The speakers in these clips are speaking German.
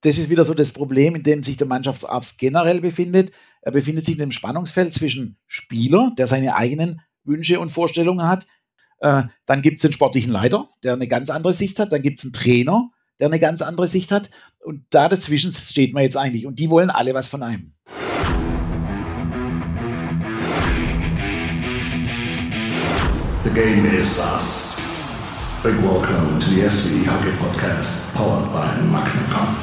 das ist wieder so das Problem, in dem sich der Mannschaftsarzt generell befindet. Er befindet sich in dem Spannungsfeld zwischen Spieler, der seine eigenen Wünsche und Vorstellungen hat. Dann gibt es den sportlichen Leiter, der eine ganz andere Sicht hat. Dann gibt es einen Trainer, der eine ganz andere Sicht hat. Und da dazwischen steht man jetzt eigentlich. Und die wollen alle was von einem. The game is us. Big welcome to the SV Hockey Podcast, powered by Magnecon.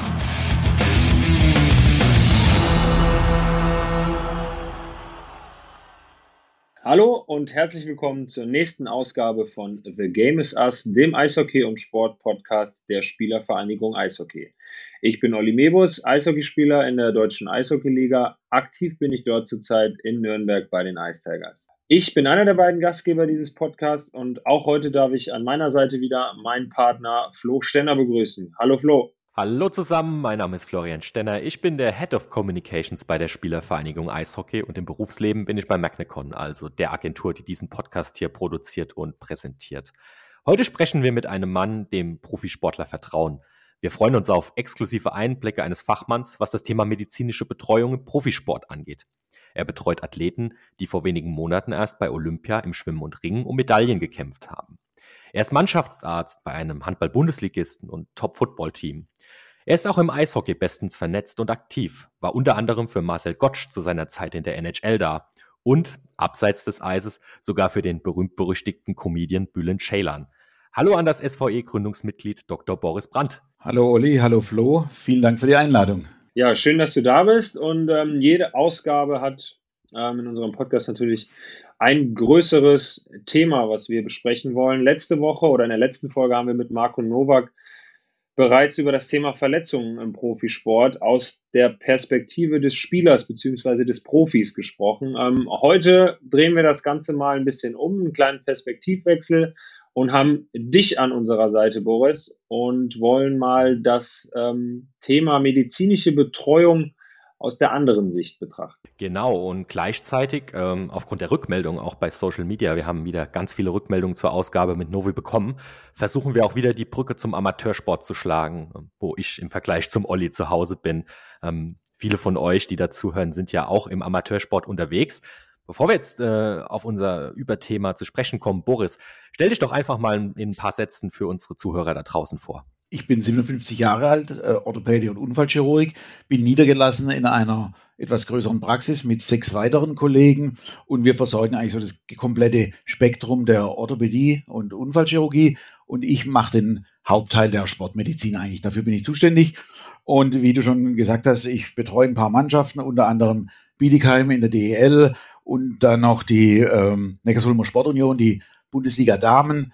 Hallo und herzlich willkommen zur nächsten Ausgabe von The Game is Us, dem Eishockey- und Sport-Podcast der Spielervereinigung Eishockey. Ich bin Olli Mebus, Eishockeyspieler in der Deutschen Eishockeyliga. Aktiv bin ich dort zurzeit in Nürnberg bei den Ice Tigers. Ich bin einer der beiden Gastgeber dieses Podcasts und auch heute darf ich an meiner Seite wieder meinen Partner Flo Stenner begrüßen. Hallo Flo. Hallo zusammen, mein Name ist Florian Stenner. Ich bin der Head of Communications bei der Spielervereinigung Eishockey und im Berufsleben bin ich bei Magnecon, also der Agentur, die diesen Podcast hier produziert und präsentiert. Heute sprechen wir mit einem Mann, dem Profisportler vertrauen. Wir freuen uns auf exklusive Einblicke eines Fachmanns, was das Thema medizinische Betreuung im Profisport angeht. Er betreut Athleten, die vor wenigen Monaten erst bei Olympia im Schwimmen und Ringen um Medaillen gekämpft haben. Er ist Mannschaftsarzt bei einem Handball-Bundesligisten und Top-Football-Team. Er ist auch im Eishockey bestens vernetzt und aktiv, war unter anderem für Marcel Gottsch zu seiner Zeit in der NHL da und, abseits des Eises, sogar für den berühmt-berüchtigten Comedian Bülent Ceylan. Hallo an das SVE-Gründungsmitglied Dr. Boris Brandt. Hallo Olli, hallo Flo, vielen Dank für die Einladung. Ja, schön, dass du da bist und jede Ausgabe hat in unserem Podcast natürlich ein größeres Thema, was wir besprechen wollen. Letzte Woche oder in der letzten Folge haben wir mit Marco Nowak bereits über das Thema Verletzungen im Profisport aus der Perspektive des Spielers bzw. des Profis gesprochen. Heute drehen wir das Ganze mal ein bisschen um, einen kleinen Perspektivwechsel und haben dich an unserer Seite, Boris, und wollen mal das Thema medizinische Betreuung aus der anderen Sicht betrachten. Genau, und gleichzeitig aufgrund der Rückmeldung auch bei Social Media, wir haben wieder ganz viele Rückmeldungen zur Ausgabe mit Novi bekommen, versuchen wir auch wieder die Brücke zum Amateursport zu schlagen, wo ich im Vergleich zum Olli zu Hause bin. Viele von euch, die dazuhören, sind ja auch im Amateursport unterwegs. Bevor wir jetzt auf unser Überthema zu sprechen kommen, Boris, stell dich doch einfach mal in ein paar Sätzen für unsere Zuhörer da draußen vor. Ich bin 57 Jahre alt, Orthopädie und Unfallchirurg, bin niedergelassen in einer etwas größeren Praxis mit 6 weiteren Kollegen und wir versorgen eigentlich so das komplette Spektrum der Orthopädie und Unfallchirurgie und ich mache den Hauptteil der Sportmedizin eigentlich. Dafür bin ich zuständig und wie du schon gesagt hast, ich betreue ein paar Mannschaften, unter anderem Bietigheim in der DEL und dann noch die Neckarsulmer Sportunion, die Bundesliga Damen,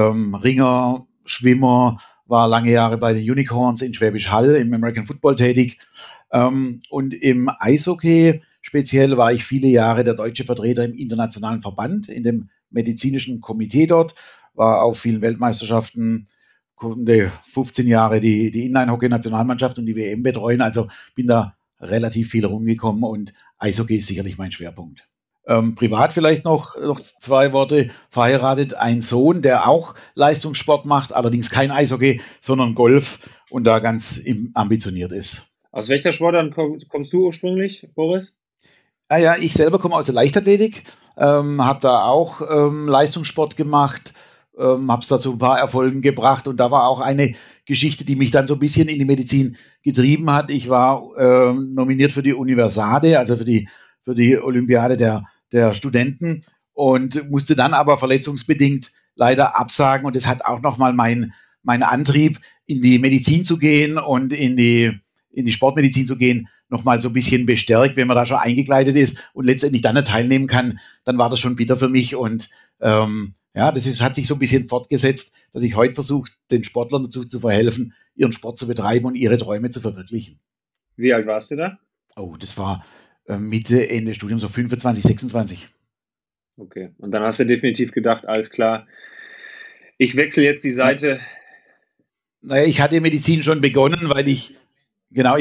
Ringer, Schwimmer, war lange Jahre bei den Unicorns in Schwäbisch Hall im American Football tätig. Und im Eishockey speziell war ich viele Jahre der deutsche Vertreter im internationalen Verband, in dem medizinischen Komitee dort, war auf vielen Weltmeisterschaften, konnte 15 Jahre die Inline-Hockey-Nationalmannschaft und die WM betreuen. Also bin da relativ viel rumgekommen und Eishockey ist sicherlich mein Schwerpunkt. Privat vielleicht noch 2 Worte. Verheiratet, ein Sohn, der auch Leistungssport macht, allerdings kein Eishockey, sondern Golf und da ganz ambitioniert ist. Aus welcher Sportart kommst du ursprünglich, Boris? Ja, ich selber komme aus der Leichtathletik, habe da auch Leistungssport gemacht, habe es dazu ein paar Erfolgen gebracht und da war auch eine Geschichte, die mich dann so ein bisschen in die Medizin getrieben hat. Ich war nominiert für die Universade, also für die Olympiade der Studenten und musste dann aber verletzungsbedingt leider absagen und das hat auch nochmal mein Antrieb, in die Medizin zu gehen und in die Sportmedizin zu gehen, nochmal so ein bisschen bestärkt, wenn man da schon eingekleidet ist und letztendlich dann nicht teilnehmen kann, dann war das schon bitter für mich und hat sich so ein bisschen fortgesetzt, dass ich heute versuche, den Sportlern dazu zu verhelfen, ihren Sport zu betreiben und ihre Träume zu verwirklichen. Wie alt warst du da? Oh, das war Mitte, Ende Studium, so 25, 26. Okay, und dann hast du definitiv gedacht, alles klar, ich wechsle jetzt die Seite. Naja, ich hatte Medizin schon begonnen, weil ich da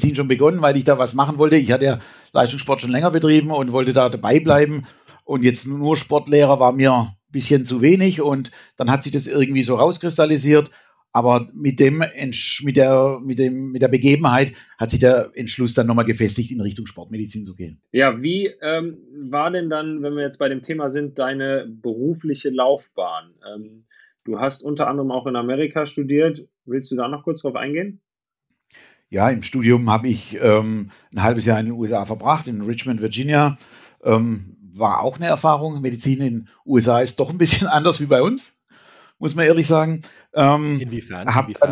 was machen wollte. Ich hatte ja Leistungssport schon länger betrieben und wollte da dabei bleiben und jetzt nur Sportlehrer war mir ein bisschen zu wenig und dann hat sich das irgendwie so rauskristallisiert. Aber mit der Begebenheit hat sich der Entschluss dann nochmal gefestigt, in Richtung Sportmedizin zu gehen. Ja, wie war denn dann, wenn wir jetzt bei dem Thema sind, deine berufliche Laufbahn? Du hast unter anderem auch in Amerika studiert. Willst du da noch kurz drauf eingehen? Ja, im Studium habe ich ein halbes Jahr in den USA verbracht, in Richmond, Virginia. War auch eine Erfahrung. Medizin in den USA ist doch ein bisschen anders wie bei uns, muss man ehrlich sagen. Inwiefern?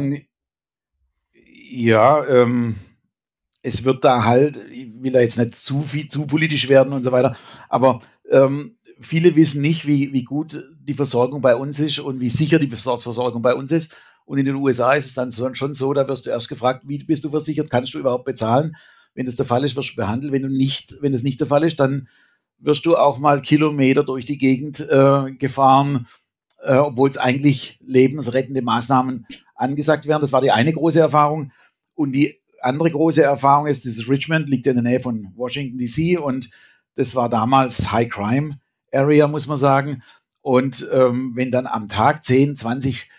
Es wird da halt, ich will da jetzt nicht zu politisch werden und so weiter, aber viele wissen nicht, wie gut die Versorgung bei uns ist und wie sicher die Versorgung bei uns ist. Und in den USA ist es dann schon so, da wirst du erst gefragt, wie bist du versichert, kannst du überhaupt bezahlen? Wenn das der Fall ist, wirst du behandelt. Wenn das nicht der Fall ist, dann wirst du auch mal Kilometer durch die Gegend gefahren, obwohl es eigentlich lebensrettende Maßnahmen angesagt werden. Das war die eine große Erfahrung. Und die andere große Erfahrung ist, dieses Richmond liegt in der Nähe von Washington DC und das war damals High Crime Area, muss man sagen. Und wenn dann am Tag 10, 20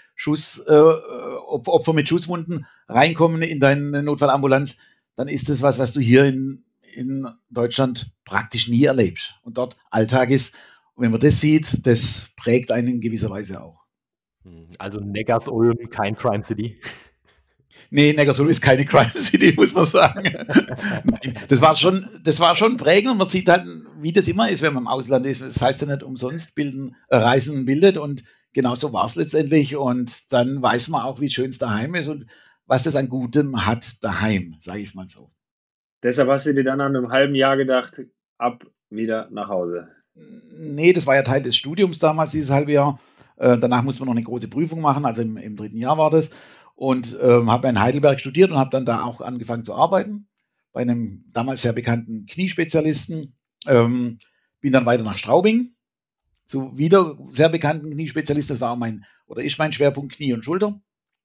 Opfer mit Schusswunden reinkommen in deine Notfallambulanz, dann ist das was du hier in Deutschland praktisch nie erlebst und dort Alltag ist. Und wenn man das sieht, das prägt einen in gewisser Weise auch. Also Neckarsulm, kein Crime City. Nee, Neckarsulm ist keine Crime City, muss man sagen. Das war schon prägend und man sieht halt, wie das immer ist, wenn man im Ausland ist. Das heißt ja nicht umsonst, Reisen bildet und genauso war es letztendlich. Und dann weiß man auch, wie schön es daheim ist und was es an Gutem hat daheim, sage ich es mal so. Deshalb hast du dir dann nach einem halben Jahr gedacht, ab wieder nach Hause. Nee, das war ja Teil des Studiums damals, dieses halbe Jahr. Danach musste man noch eine große Prüfung machen, also im 3. Jahr war das. Und habe in Heidelberg studiert und habe dann da auch angefangen zu arbeiten, bei einem damals sehr bekannten Kniespezialisten. Bin dann weiter nach Straubing, zu wieder sehr bekannten Kniespezialisten. Das war ist mein Schwerpunkt Knie und Schulter.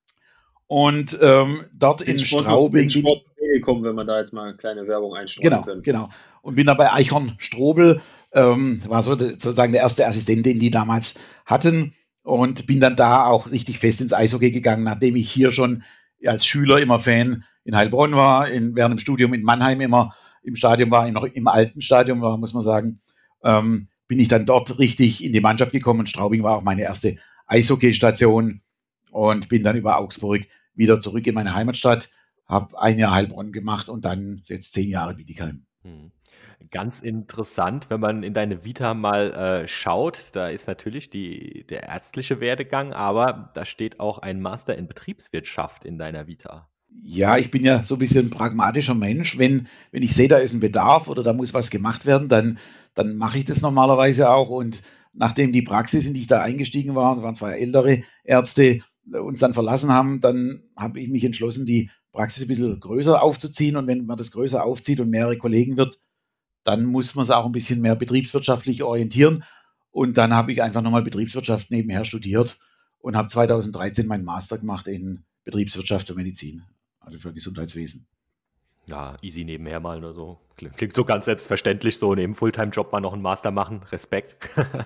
Und dort in Straubing. Kommen, wenn man da jetzt mal eine kleine Werbung einstreuen könnte. Genau. Und bin dann bei Eichhorn Strobel, war sozusagen der erste Assistent, den die damals hatten. Und bin dann da auch richtig fest ins Eishockey gegangen, nachdem ich hier schon als Schüler immer Fan in Heilbronn war, während dem Studium in Mannheim immer im Stadion war, noch im alten Stadion war, muss man sagen, bin ich dann dort richtig in die Mannschaft gekommen. Und Straubing war auch meine erste Eishockeystation und bin dann über Augsburg wieder zurück in meine Heimatstadt, habe ein Jahr Heilbronn gemacht und dann jetzt 10 Jahre Bietigheim. Ganz interessant, wenn man in deine Vita mal schaut, da ist natürlich der ärztliche Werdegang, aber da steht auch ein Master in Betriebswirtschaft in deiner Vita. Ja, ich bin ja so ein bisschen ein pragmatischer Mensch. Wenn ich sehe, da ist ein Bedarf oder da muss was gemacht werden, dann mache ich das normalerweise auch. Und nachdem die Praxis, in die ich da eingestiegen war, das waren 2 ältere Ärzte, uns dann verlassen haben, dann habe ich mich entschlossen, die Praxis ein bisschen größer aufzuziehen. Und wenn man das größer aufzieht und mehrere Kollegen wird, dann muss man es auch ein bisschen mehr betriebswirtschaftlich orientieren. Und dann habe ich einfach nochmal Betriebswirtschaft nebenher studiert und habe 2013 meinen Master gemacht in Betriebswirtschaft und Medizin, also für Gesundheitswesen. Ja, easy nebenher mal oder so. Klingt so ganz selbstverständlich, so neben Fulltime-Job mal noch einen Master machen. Respekt.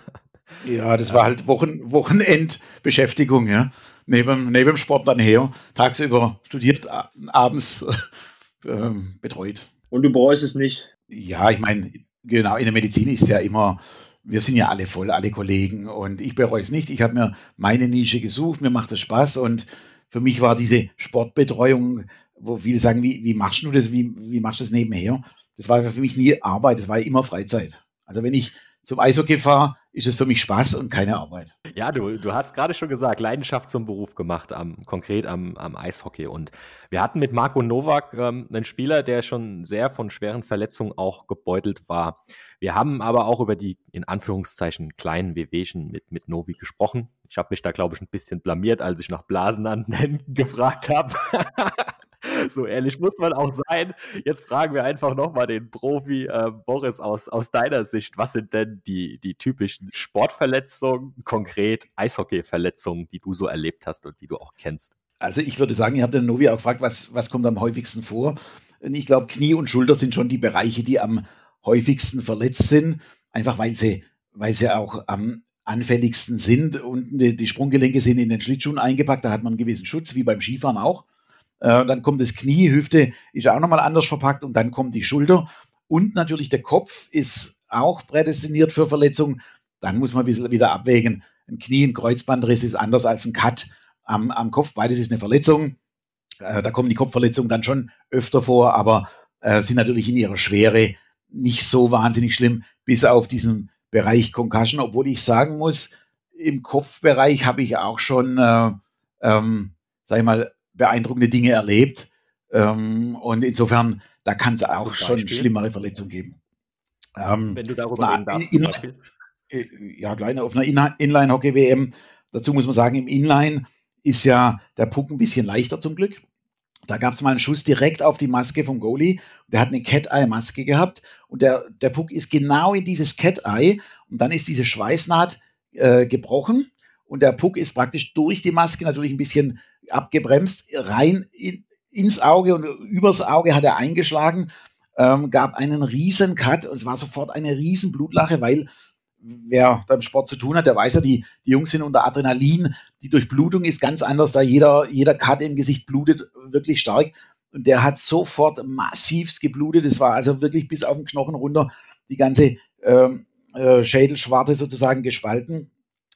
Ja, das war halt Wochenendbeschäftigung, ja. Neben Sport dann her, tagsüber studiert, abends betreut. Und du bereust es nicht? Ja, ich meine, genau, in der Medizin ist ja immer, wir sind ja alle voll, alle Kollegen und ich bereue es nicht. Ich habe mir meine Nische gesucht, mir macht es Spaß und für mich war diese Sportbetreuung, wo viele sagen, wie machst du das, wie machst du das nebenher? Das war für mich nie Arbeit, das war immer Freizeit. Also wenn ich zum Eishockey fahre, ist es für mich Spaß und keine Arbeit. Ja, du hast gerade schon gesagt, Leidenschaft zum Beruf gemacht, konkret am Eishockey. Und wir hatten mit Marco Nowak einen Spieler, der schon sehr von schweren Verletzungen auch gebeutelt war. Wir haben aber auch über die, in Anführungszeichen, kleinen Wehwehchen mit Novi gesprochen. Ich habe mich da, glaube ich, ein bisschen blamiert, als ich nach Blasen an den Händen gefragt habe. So ehrlich muss man auch sein. Jetzt fragen wir einfach nochmal den Profi Boris aus deiner Sicht. Was sind denn die typischen Sportverletzungen, konkret Eishockey-Verletzungen, die du so erlebt hast und die du auch kennst? Also ich würde sagen, ich habe den Novi auch gefragt, was kommt am häufigsten vor? Und ich glaube, Knie und Schulter sind schon die Bereiche, die am häufigsten verletzt sind, einfach weil sie auch am anfälligsten sind. Unten die Sprunggelenke sind in den Schlittschuhen eingepackt, da hat man einen gewissen Schutz, wie beim Skifahren auch. Dann kommt das Knie, Hüfte ist auch nochmal anders verpackt und dann kommt die Schulter. Und natürlich der Kopf ist auch prädestiniert für Verletzungen. Dann muss man ein bisschen wieder abwägen. Ein Knie, ein Kreuzbandriss ist anders als ein Cut am Kopf. Beides ist eine Verletzung. Da kommen die Kopfverletzungen dann schon öfter vor, aber sind natürlich in ihrer Schwere nicht so wahnsinnig schlimm, bis auf diesen Bereich Concussion, obwohl ich sagen muss, im Kopfbereich habe ich auch schon, sag ich mal, beeindruckende Dinge erlebt. Und insofern, da kann es auch schon schlimmere Verletzungen geben. Wenn du darüber reden darfst, zum Beispiel. Ja, kleine auf einer Inline-Hockey-WM. Dazu muss man sagen, im Inline ist ja der Puck ein bisschen leichter zum Glück. Da gab es mal einen Schuss direkt auf die Maske vom Goalie. Der hat eine Cat-Eye-Maske gehabt und der Puck ist genau in dieses Cat-Eye und dann ist diese Schweißnaht gebrochen und der Puck ist praktisch durch die Maske natürlich ein bisschen abgebremst, rein ins Auge und übers Auge hat er eingeschlagen, gab einen riesen Cut und es war sofort eine riesen Blutlache, weil wer beim Sport zu tun hat, der weiß ja, die Jungs sind unter Adrenalin, die Durchblutung ist ganz anders, da jeder Cut im Gesicht blutet wirklich stark und der hat sofort massivst geblutet, es war also wirklich bis auf den Knochen runter, die ganze Schädelschwarte sozusagen gespalten.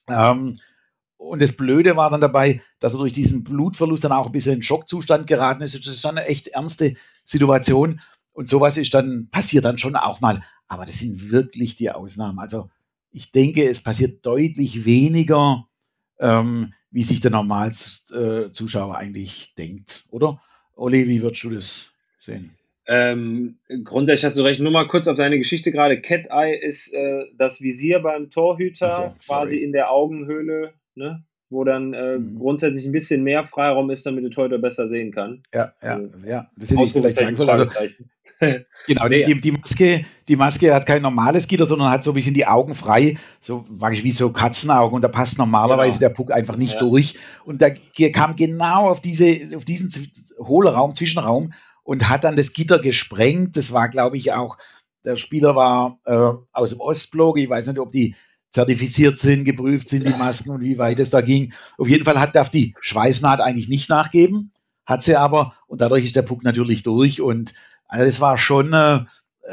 Und das Blöde war dann dabei, dass er durch diesen Blutverlust dann auch ein bisschen in Schockzustand geraten ist. Das ist dann eine echt ernste Situation und sowas passiert dann schon auch mal, aber das sind wirklich die Ausnahmen. Also ich denke, es passiert deutlich weniger, wie sich der Normalzuschauer eigentlich denkt, oder? Olli, wie würdest du das sehen? Grundsätzlich hast du recht. Nur mal kurz auf deine Geschichte gerade. Cat Eye ist das Visier beim Torhüter, quasi in der Augenhöhle, ne? Wo dann grundsätzlich ein bisschen mehr Freiraum ist, damit der Torhüter besser sehen kann. Ja. Das hätte ich vielleicht sagen sollen. Genau, die Maske hat kein normales Gitter, sondern hat so ein bisschen die Augen frei, so wie so Katzenaugen und da passt normalerweise der Puck einfach nicht durch und der kam genau auf diesen Hohlraum, Zwischenraum und hat dann das Gitter gesprengt. Das war, glaube ich, auch, der Spieler war aus dem Ostblock, ich weiß nicht, ob die zertifiziert sind, geprüft sind, die Masken und wie weit es da ging. Auf jeden Fall darf die Schweißnaht eigentlich nicht nachgeben, hat sie aber und dadurch ist der Puck natürlich durch und also das war schon eine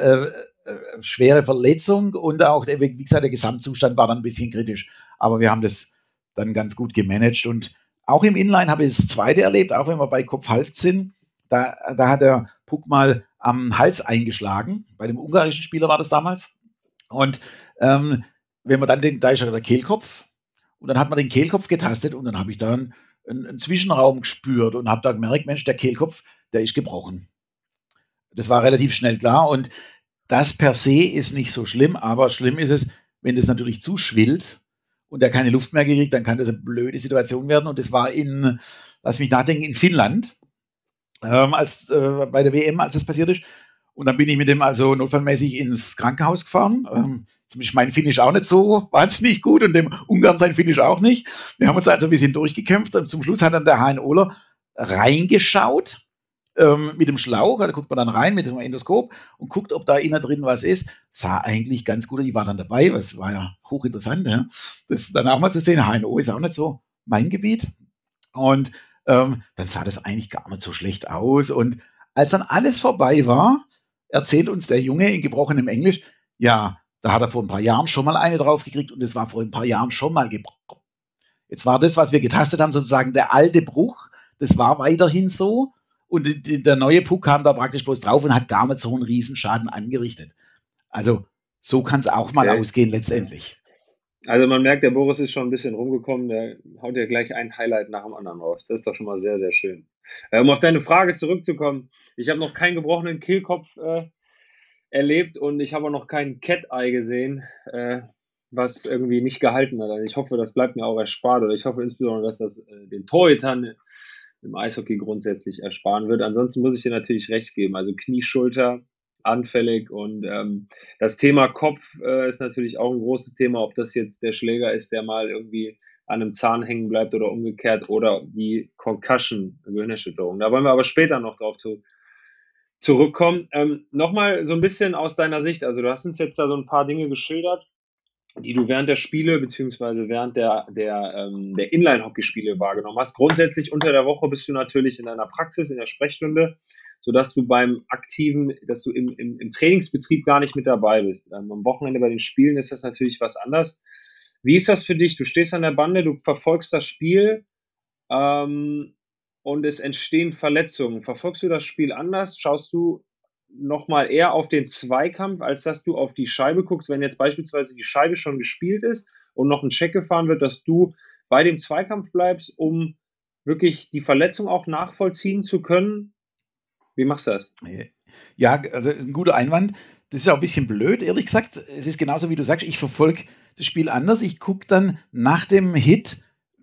schwere Verletzung und auch, wie gesagt, der Gesamtzustand war dann ein bisschen kritisch. Aber wir haben das dann ganz gut gemanagt. Und auch im Inline habe ich das Zweite erlebt, auch wenn wir bei Kopf-Hals sind. Da hat der Puck mal am Hals eingeschlagen. Bei dem ungarischen Spieler war das damals. Und wenn man dann da ist ja der Kehlkopf. Und dann hat man den Kehlkopf getastet und dann habe ich da einen Zwischenraum gespürt und habe da gemerkt, Mensch, der Kehlkopf, der ist gebrochen. Das war relativ schnell klar und das per se ist nicht so schlimm, aber schlimm ist es, wenn das natürlich zuschwillt und er keine Luft mehr kriegt, dann kann das eine blöde Situation werden und das war lass mich nachdenken, in Finnland, bei der WM, als das passiert ist und dann bin ich mit dem also notfallmäßig ins Krankenhaus gefahren, zumindest mein Finnisch auch nicht so wahnsinnig gut und dem Ungarn sein Finnisch auch nicht. Wir haben uns also ein bisschen durchgekämpft und zum Schluss hat dann der HNOler reingeschaut mit dem Schlauch, da guckt man dann rein mit dem Endoskop und guckt, ob da innen drin was ist. Sah eigentlich ganz gut, ich war dann dabei, das war ja hochinteressant, ja? Das danach mal zu sehen, HNO ist auch nicht so mein Gebiet. Und dann sah das eigentlich gar nicht so schlecht aus. Und als dann alles vorbei war, erzählt uns der Junge in gebrochenem Englisch, ja, da hat er vor ein paar Jahren schon mal eine draufgekriegt und es war vor ein paar Jahren schon mal gebrochen. Jetzt war das, was wir getastet haben, sozusagen der alte Bruch, das war weiterhin so. Und der neue Puck kam da praktisch bloß drauf und hat gar nicht so einen Riesenschaden angerichtet. Also so kann es auch mal ausgehen letztendlich. Also man merkt, der Boris ist schon ein bisschen rumgekommen, der haut ja gleich ein Highlight nach dem anderen raus. Das ist doch schon mal sehr, sehr schön. Um auf deine Frage zurückzukommen, ich habe noch keinen gebrochenen Kehlkopf erlebt und ich habe auch noch keinen Cat-Eye gesehen, was irgendwie nicht gehalten hat. Also ich hoffe, das bleibt mir auch erspart oder ich hoffe insbesondere, dass das den Torhütern im Eishockey grundsätzlich ersparen wird. Ansonsten muss ich dir natürlich recht geben. Also Knie, Schulter, anfällig und das Thema Kopf ist natürlich auch ein großes Thema, ob das jetzt der Schläger ist, der mal irgendwie an einem Zahn hängen bleibt oder umgekehrt oder die Concussion, Gehirnerschütterung. Da wollen wir aber später noch drauf zurückkommen. Nochmal so ein bisschen aus deiner Sicht, also du hast uns jetzt da so ein paar Dinge geschildert. die du während der Spiele beziehungsweise während der Inline-Hockeyspiele wahrgenommen hast. Grundsätzlich unter der Woche bist du natürlich in deiner Praxis, in der Sprechstunde, sodass du dass du im Trainingsbetrieb gar nicht mit dabei bist. Am Wochenende bei den Spielen ist das natürlich was anderes. Wie ist das für dich? Du stehst an der Bande, du verfolgst das Spiel und es entstehen Verletzungen. Verfolgst du das Spiel anders? Schaust du nochmal eher auf den Zweikampf, als dass du auf die Scheibe guckst, wenn jetzt beispielsweise die Scheibe schon gespielt ist und noch ein Check gefahren wird, dass du bei dem Zweikampf bleibst, um wirklich die Verletzung auch nachvollziehen zu können? Wie machst du das? Ja, also ein guter Einwand. Das ist auch ein bisschen blöd, ehrlich gesagt. Es ist genauso, wie du sagst, ich verfolge das Spiel anders. Ich gucke dann nach dem Hit,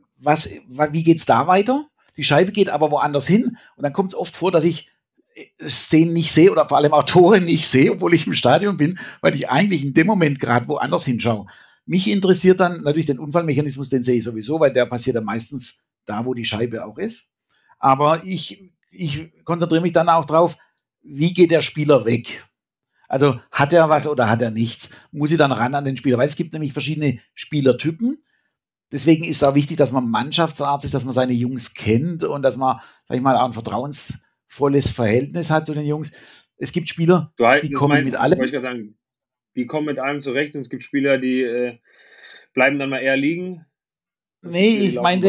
wie geht es da weiter? Die Scheibe geht aber woanders hin. Und dann kommt es oft vor, dass ich Szenen nicht sehe oder vor allem auch Tore nicht sehe, obwohl ich im Stadion bin, weil ich eigentlich in dem Moment gerade woanders hinschaue. Mich interessiert dann natürlich den Unfallmechanismus, den sehe ich sowieso, weil der passiert dann meistens da, wo die Scheibe auch ist. Aber ich konzentriere mich dann auch drauf, wie geht der Spieler weg? Also hat er was oder hat er nichts? Muss ich dann ran an den Spieler? Weil es gibt nämlich verschiedene Spielertypen. Deswegen ist es auch wichtig, dass man Mannschaftsarzt ist, dass man seine Jungs kennt und dass man, sag ich mal, auch ein vertrauensvolles Verhältnis hat zu den Jungs. Es gibt Spieler, die kommen mit allem. Ich sagen, die kommen mit allem zurecht und es gibt Spieler, die bleiben dann mal eher liegen. Nee, ich meinte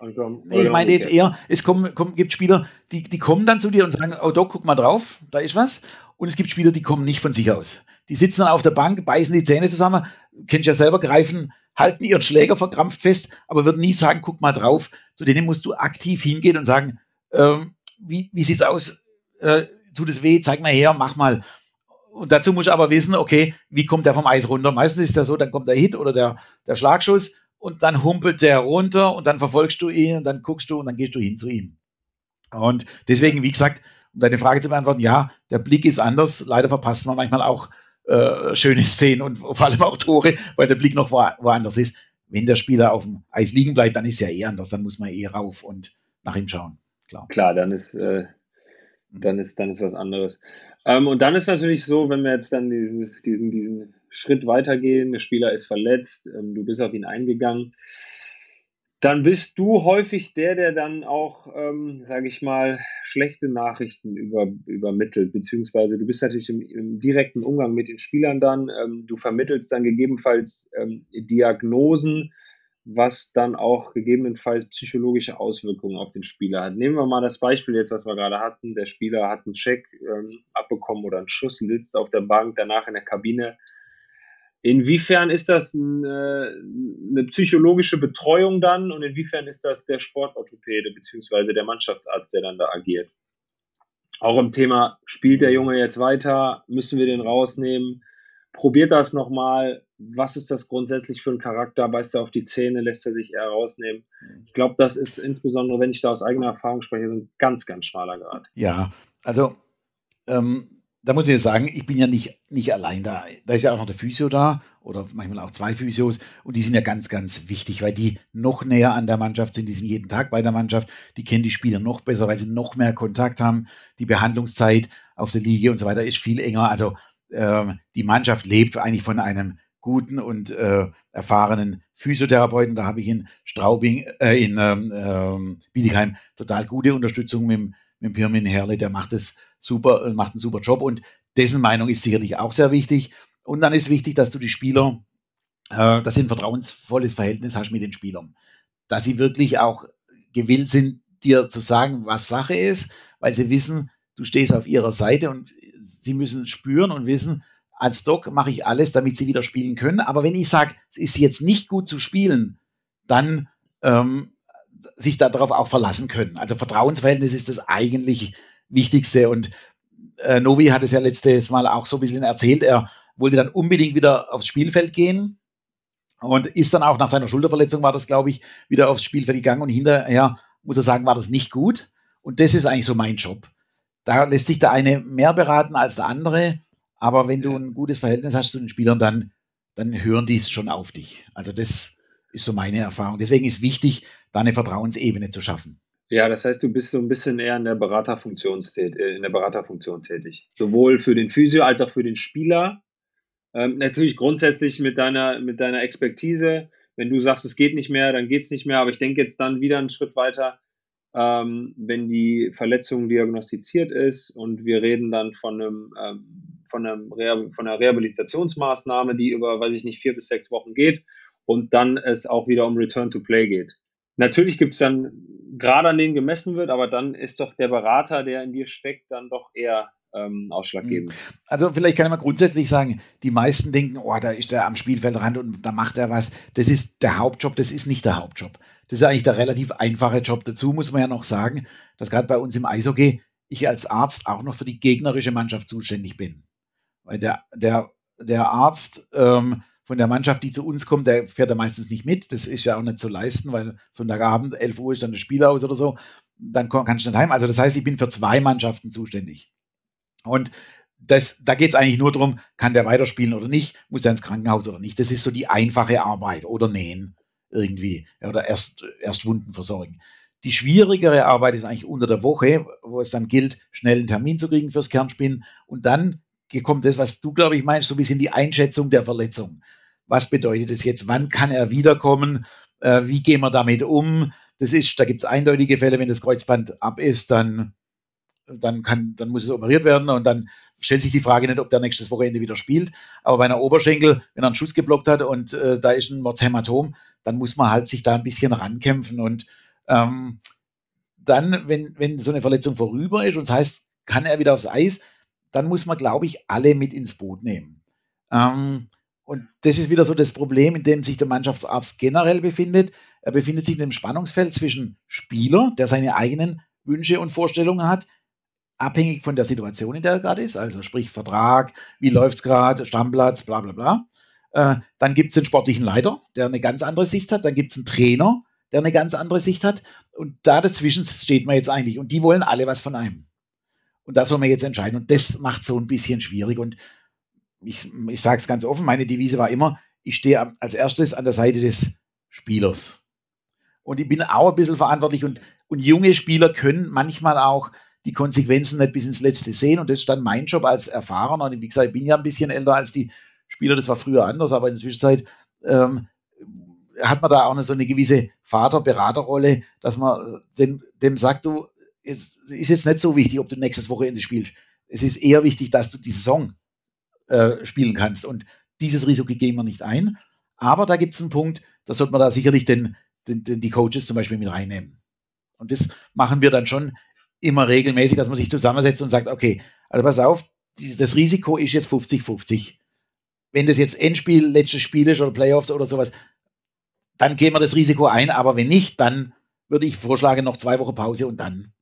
jetzt eher, es gibt Spieler, die kommen dann zu dir und sagen, oh Doc, guck mal drauf, da ist was. Und es gibt Spieler, die kommen nicht von sich aus. Die sitzen dann auf der Bank, beißen die Zähne zusammen, kennst ja selber, halten ihren Schläger verkrampft fest, aber würden nie sagen, guck mal drauf. Zu denen musst du aktiv hingehen und sagen, wie sieht's aus? Tut es weh? Zeig mal her, mach mal. Und dazu musst du aber wissen, okay, wie kommt der vom Eis runter? Meistens ist das so, dann kommt der Hit oder der Schlagschuss und dann humpelt der runter und dann verfolgst du ihn und dann guckst du und dann gehst du hin zu ihm. Und deswegen, wie gesagt, um deine Frage zu beantworten, ja, der Blick ist anders. Leider verpasst man manchmal auch schöne Szenen und vor allem auch Tore, weil der Blick noch woanders ist. Wenn der Spieler auf dem Eis liegen bleibt, dann ist es ja eh anders. Dann muss man eh rauf und nach ihm schauen. Klar, dann ist was anderes. Und dann ist natürlich so, wenn wir jetzt dann diesen Schritt weitergehen, der Spieler ist verletzt, du bist auf ihn eingegangen, dann bist du häufig der dann auch, sage ich mal, schlechte Nachrichten übermittelt, beziehungsweise du bist natürlich im direkten Umgang mit den Spielern dann, du vermittelst dann gegebenenfalls Diagnosen, was dann auch gegebenenfalls psychologische Auswirkungen auf den Spieler hat. Nehmen wir mal das Beispiel jetzt, was wir gerade hatten. Der Spieler hat einen Check abbekommen oder einen Schuss, sitzt auf der Bank, danach in der Kabine. Inwiefern ist das eine psychologische Betreuung dann und inwiefern ist das der Sportorthopäde bzw. der Mannschaftsarzt, der dann da agiert? Auch im Thema, spielt der Junge jetzt weiter? Müssen wir den rausnehmen? Probiert das nochmal. Was ist das grundsätzlich für ein Charakter? Beißt er auf die Zähne? Lässt er sich eher rausnehmen? Ich glaube, das ist insbesondere, wenn ich da aus eigener Erfahrung spreche, so ein ganz, ganz schmaler Grad. Ja, also da muss ich jetzt sagen, ich bin ja nicht allein da. Da ist ja auch noch der Physio da oder manchmal auch 2 Physios und die sind ja ganz, ganz wichtig, weil die noch näher an der Mannschaft sind. Die sind jeden Tag bei der Mannschaft. Die kennen die Spieler noch besser, weil sie noch mehr Kontakt haben. Die Behandlungszeit auf der Liege und so weiter ist viel enger. Also die Mannschaft lebt eigentlich von einem guten und erfahrenen Physiotherapeuten. Da habe ich in Straubing, in Bietigheim total gute Unterstützung mit Pirmin Herle, der macht einen super Job und dessen Meinung ist sicherlich auch sehr wichtig. Und dann ist wichtig, dass du die Spieler, dass du ein vertrauensvolles Verhältnis hast mit den Spielern. Dass sie wirklich auch gewillt sind, dir zu sagen, was Sache ist, weil sie wissen, du stehst auf ihrer Seite und sie müssen spüren und wissen, als Doc mache ich alles, damit sie wieder spielen können. Aber wenn ich sage, es ist jetzt nicht gut zu spielen, dann sich darauf auch verlassen können. Also Vertrauensverhältnis ist das eigentlich Wichtigste. Und Novi hat es ja letztes Mal auch so ein bisschen erzählt, er wollte dann unbedingt wieder aufs Spielfeld gehen und ist dann auch nach seiner Schulterverletzung, war das glaube ich, wieder aufs Spielfeld gegangen und hinterher, muss er sagen, war das nicht gut. Und das ist eigentlich so mein Job. Da lässt sich der eine mehr beraten als der andere, aber wenn du ein gutes Verhältnis hast zu den Spielern, dann hören die es schon auf dich. Also das ist so meine Erfahrung. Deswegen ist wichtig, da eine Vertrauensebene zu schaffen. Ja, das heißt, du bist so ein bisschen eher in der Beraterfunktion tätig. Sowohl für den Physio als auch für den Spieler. Natürlich grundsätzlich mit deiner Expertise. Wenn du sagst, es geht nicht mehr, dann geht es nicht mehr. Aber ich denke jetzt dann wieder einen Schritt weiter, wenn die Verletzung diagnostiziert ist und wir reden dann von einer Rehabilitationsmaßnahme, die über, weiß ich nicht, 4 bis 6 Wochen geht und dann es auch wieder um Return to Play geht. Natürlich gibt es dann gerade an denen gemessen wird, aber dann ist doch der Berater, der in dir steckt, dann doch eher ausschlaggebend. Also vielleicht kann ich mal grundsätzlich sagen, die meisten denken, oh, da ist der am Spielfeldrand und da macht er was. Das ist der Hauptjob, das ist nicht der Hauptjob. Das ist eigentlich der relativ einfache Job. Dazu muss man ja noch sagen, dass gerade bei uns im Eishockey ich als Arzt auch noch für die gegnerische Mannschaft zuständig bin. Weil der Arzt von der Mannschaft, die zu uns kommt, der fährt ja meistens nicht mit. Das ist ja auch nicht zu leisten, weil Sonntagabend, 11 Uhr ist dann das Spiel aus oder so. Dann kannst du nicht heim. Also das heißt, ich bin für 2 Mannschaften zuständig. Und da geht es eigentlich nur darum, kann der weiterspielen oder nicht, muss er ins Krankenhaus oder nicht. Das ist so die einfache Arbeit oder nähen irgendwie oder erst Wunden versorgen. Die schwierigere Arbeit ist eigentlich unter der Woche, wo es dann gilt, schnell einen Termin zu kriegen fürs Kernspielen. Und dann kommt das, was du, glaube ich, meinst, so ein bisschen die Einschätzung der Verletzung. Was bedeutet es jetzt? Wann kann er wiederkommen? Wie gehen wir damit um? Da gibt es eindeutige Fälle, wenn das Kreuzband ab ist, dann muss es operiert werden und dann stellt sich die Frage nicht, ob der nächstes Wochenende wieder spielt. Aber bei einer Oberschenkel, wenn er einen Schuss geblockt hat und da ist ein Mordshämatom, dann muss man halt sich da ein bisschen rankämpfen. Und dann, wenn so eine Verletzung vorüber ist und das heißt, kann er wieder aufs Eis, dann muss man, glaube ich, alle mit ins Boot nehmen. Und das ist wieder so das Problem, in dem sich der Mannschaftsarzt generell befindet. Er befindet sich in einem Spannungsfeld zwischen Spieler, der seine eigenen Wünsche und Vorstellungen hat, abhängig von der Situation, in der er gerade ist, also sprich Vertrag, wie läuft es gerade, Stammplatz, bla bla bla. Dann gibt es den sportlichen Leiter, der eine ganz andere Sicht hat, dann gibt es einen Trainer, der eine ganz andere Sicht hat und da dazwischen steht man jetzt eigentlich und die wollen alle was von einem. Und da soll man jetzt entscheiden und das macht so ein bisschen schwierig und ich sage es ganz offen, meine Devise war immer, ich stehe als erstes an der Seite des Spielers und ich bin auch ein bisschen verantwortlich und junge Spieler können manchmal auch die Konsequenzen nicht bis ins Letzte sehen und das ist dann mein Job als Erfahrener und wie gesagt, ich bin ja ein bisschen älter als die Spieler, das war früher anders, aber in der Zwischenzeit hat man da auch so eine gewisse Vater-Berater-Rolle, dass man dem sagt, du, es ist jetzt nicht so wichtig, ob du nächstes Wochenende spielst, es ist eher wichtig, dass du die Saison spielen kannst und dieses Risiko gehen wir nicht ein, aber da gibt es einen Punkt, da sollte man da sicherlich die Coaches zum Beispiel mit reinnehmen und das machen wir dann schon immer regelmäßig, dass man sich zusammensetzt und sagt, okay, also pass auf, das Risiko ist jetzt 50-50. Wenn das jetzt Endspiel, letztes Spiel ist oder Playoffs oder sowas, dann gehen wir das Risiko ein, aber wenn nicht, dann würde ich vorschlagen, noch 2 Wochen Pause und dann.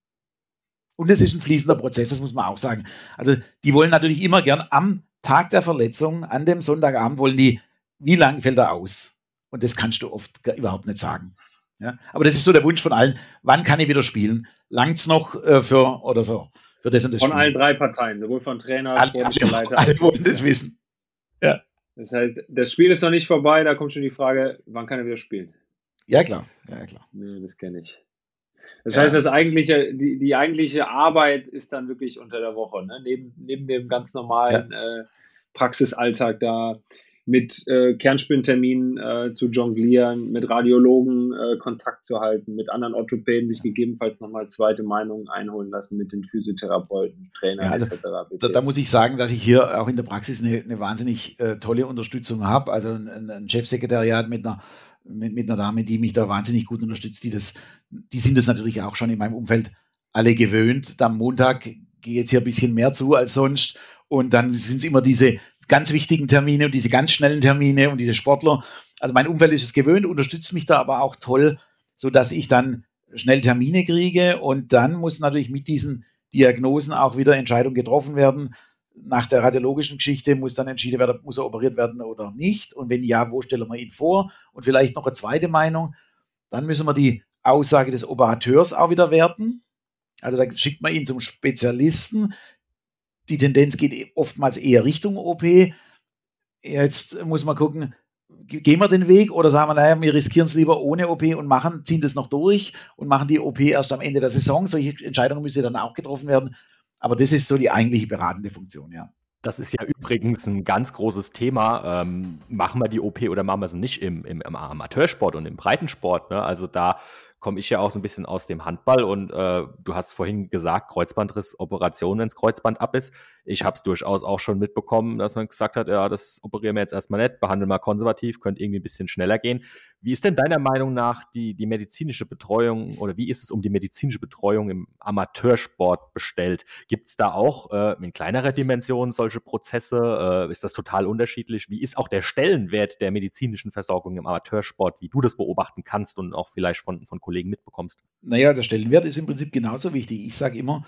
Und das ist ein fließender Prozess, das muss man auch sagen. Also die wollen natürlich immer gern am Tag der Verletzung, an dem Sonntagabend, wollen die, wie lang fällt er aus? Und das kannst du oft überhaupt nicht sagen. Ja, aber das ist so der Wunsch von allen. Wann kann ich wieder spielen? Langt's noch für das und das von Spiel? Allen 3 Parteien, sowohl von Trainer, sportlicher Leiter. Alle wollen das wissen. Ja. Das heißt, das Spiel ist noch nicht vorbei, da kommt schon die Frage, wann kann er wieder spielen? Ja, klar. Nee, das kenne ich. Das heißt, die eigentliche Arbeit ist dann wirklich unter der Woche, ne? Neben dem ganz normalen Praxisalltag da mit Kernspinterminen zu jonglieren, mit Radiologen Kontakt zu halten, mit anderen Orthopäden sich gegebenenfalls nochmal zweite Meinungen einholen lassen, mit den Physiotherapeuten, Trainern etc. Da muss ich sagen, dass ich hier auch in der Praxis eine wahnsinnig tolle Unterstützung habe, also ein Chefsekretariat mit einer Dame, die mich da wahnsinnig gut unterstützt, die sind das natürlich auch schon in meinem Umfeld alle gewöhnt. Am Montag geht jetzt hier ein bisschen mehr zu als sonst und dann sind es immer diese ganz wichtigen Termine und diese ganz schnellen Termine und diese Sportler. Also mein Umfeld ist es gewöhnt, unterstützt mich da aber auch toll, sodass ich dann schnell Termine kriege und dann muss natürlich mit diesen Diagnosen auch wieder Entscheidungen getroffen werden. Nach der radiologischen Geschichte muss dann entschieden werden, muss er operiert werden oder nicht und wenn ja, wo stellen wir ihn vor und vielleicht noch eine zweite Meinung. Dann müssen wir die Aussage des Operateurs auch wieder werten. Also da schickt man ihn zum Spezialisten. Die Tendenz geht oftmals eher Richtung OP. Jetzt muss man gucken, gehen wir den Weg oder sagen wir, naja, wir riskieren es lieber ohne OP und ziehen das noch durch und machen die OP erst am Ende der Saison. Solche Entscheidungen müssen dann auch getroffen werden. Aber das ist so die eigentliche beratende Funktion, ja. Das ist ja übrigens ein ganz großes Thema. Machen wir die OP oder machen wir sie nicht im Amateursport und im Breitensport? Ne? Also da komme ich ja auch so ein bisschen aus dem Handball und du hast vorhin gesagt, Kreuzbandriss, Operation, wenn das Kreuzband ab ist. Ich habe es durchaus auch schon mitbekommen, dass man gesagt hat, ja, das operieren wir jetzt erstmal nicht, behandeln wir konservativ, könnte irgendwie ein bisschen schneller gehen. Wie ist denn deiner Meinung nach die medizinische Betreuung oder wie ist es um die medizinische Betreuung im Amateursport bestellt? Gibt es da auch in kleinerer Dimension solche Prozesse? Ist das total unterschiedlich? Wie ist auch der Stellenwert der medizinischen Versorgung im Amateursport, wie du das beobachten kannst und auch vielleicht von Kollegen mitbekommst? Naja, der Stellenwert ist im Prinzip genauso wichtig. Ich sage immer,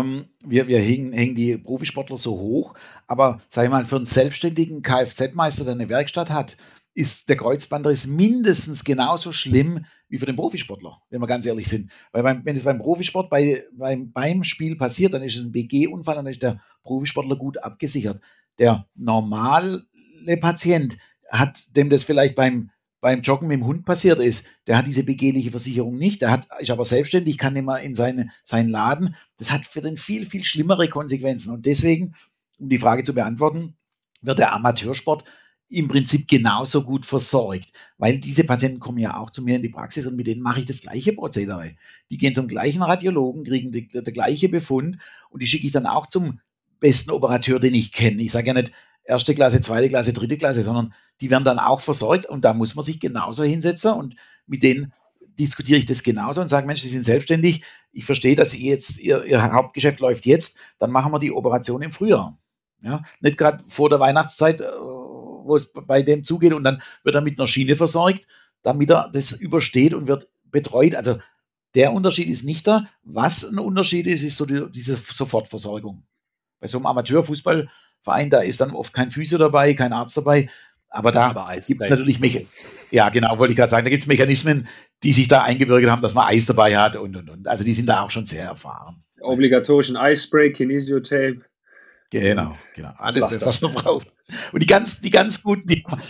wir hängen die Profisportler so hoch, aber sag ich mal, für einen selbstständigen Kfz-Meister, der eine Werkstatt hat, ist der Kreuzbandriss mindestens genauso schlimm wie für den Profisportler, wenn wir ganz ehrlich sind. Weil wenn es beim Profisport beim Spiel passiert, dann ist es ein BG-Unfall, dann ist der Profisportler gut abgesichert. Der normale Patient dem das vielleicht beim Joggen mit dem Hund passiert ist, der hat diese begehrliche Versicherung nicht, ist aber selbstständig, kann immer in seinen Laden. Das hat für den viel, viel schlimmere Konsequenzen. Und deswegen, um die Frage zu beantworten, wird der Amateursport im Prinzip genauso gut versorgt, weil diese Patienten kommen ja auch zu mir in die Praxis und mit denen mache ich das gleiche Prozedere. Die gehen zum gleichen Radiologen, kriegen der gleiche Befund und die schicke ich dann auch zum besten Operateur, den ich kenne. Ich sage ja nicht erste Klasse, zweite Klasse, dritte Klasse, sondern die werden dann auch versorgt und da muss man sich genauso hinsetzen und mit denen diskutiere ich das genauso und sage, Mensch, Sie sind selbstständig, ich verstehe, dass Ihr Hauptgeschäft läuft jetzt, dann machen wir die Operation im Frühjahr. Ja? Nicht gerade vor der Weihnachtszeit, wo es bei dem zugeht und dann wird er mit einer Schiene versorgt, damit er das übersteht und wird betreut. Also der Unterschied ist nicht da. Was ein Unterschied ist, ist so diese Sofortversorgung. Bei so einem Amateurfußballverein, da ist dann oft kein Physio dabei, kein Arzt dabei. Aber da gibt es natürlich ja, genau, wollte ich gerade sagen, da gibt es Mechanismen, die sich da eingebürgert haben, dass man Eis dabei hat und. Also die sind da auch schon sehr erfahren. Obligatorischen Eispray, Kinesiotape. Genau. Alles das, was man braucht. Und die ganz guten, die haben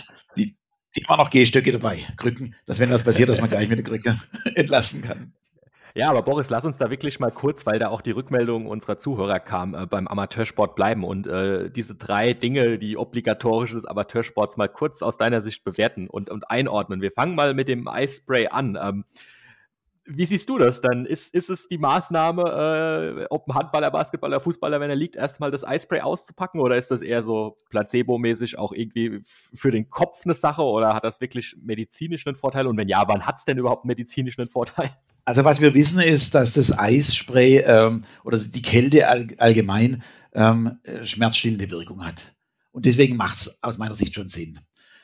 noch Gehstöcke dabei, Krücken, dass wenn was passiert, dass man gleich mit der Krücke entlassen kann. Ja, aber Boris, lass uns da wirklich mal kurz, weil da auch die Rückmeldung unserer Zuhörer kam, beim Amateursport bleiben und diese 3 Dinge, die obligatorisch des Amateursports, mal kurz aus deiner Sicht bewerten und einordnen. Wir fangen mal mit dem Eispray an. Wie siehst du das dann? Ist es die Maßnahme, ob ein Handballer, Basketballer, Fußballer, wenn er liegt, erstmal das Eispray auszupacken oder ist das eher so placebo-mäßig auch irgendwie für den Kopf eine Sache oder hat das wirklich medizinisch einen Vorteil? Und wenn ja, wann hat es denn überhaupt medizinisch einen Vorteil? Also was wir wissen ist, dass das Eisspray oder die Kälte allgemein schmerzstillende Wirkung hat. Und deswegen macht es aus meiner Sicht schon Sinn.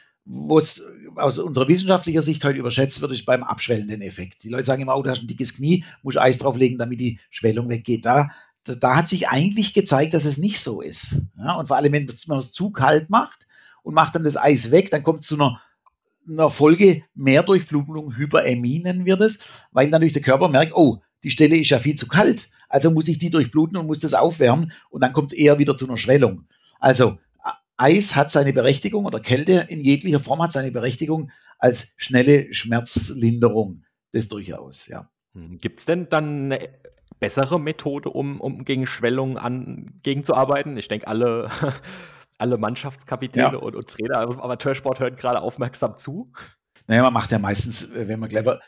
Wo es aus unserer wissenschaftlicher Sicht heute überschätzt wird, ist beim abschwellenden Effekt. Die Leute sagen immer, du hast ein dickes Knie, musst Eis drauflegen, damit die Schwellung weggeht. Da hat sich eigentlich gezeigt, dass es nicht so ist. Ja, und vor allem, wenn man es zu kalt macht und macht dann das Eis weg, dann kommt es zu einer Folge Mehrdurchblutung, Hyperämie nennen wir das, weil natürlich der Körper merkt, oh, die Stelle ist ja viel zu kalt, also muss ich die durchbluten und muss das aufwärmen und dann kommt es eher wieder zu einer Schwellung. Also Eis hat seine Berechtigung oder Kälte in jeglicher Form hat seine Berechtigung als schnelle Schmerzlinderung. Das durchaus, ja. Gibt es denn dann eine bessere Methode, um gegen Schwellungen gegenzuarbeiten? Ich denke, alle Mannschaftskapitäne und Trainer aus dem Amateursport hören gerade aufmerksam zu. Naja, man macht ja meistens, wenn man clever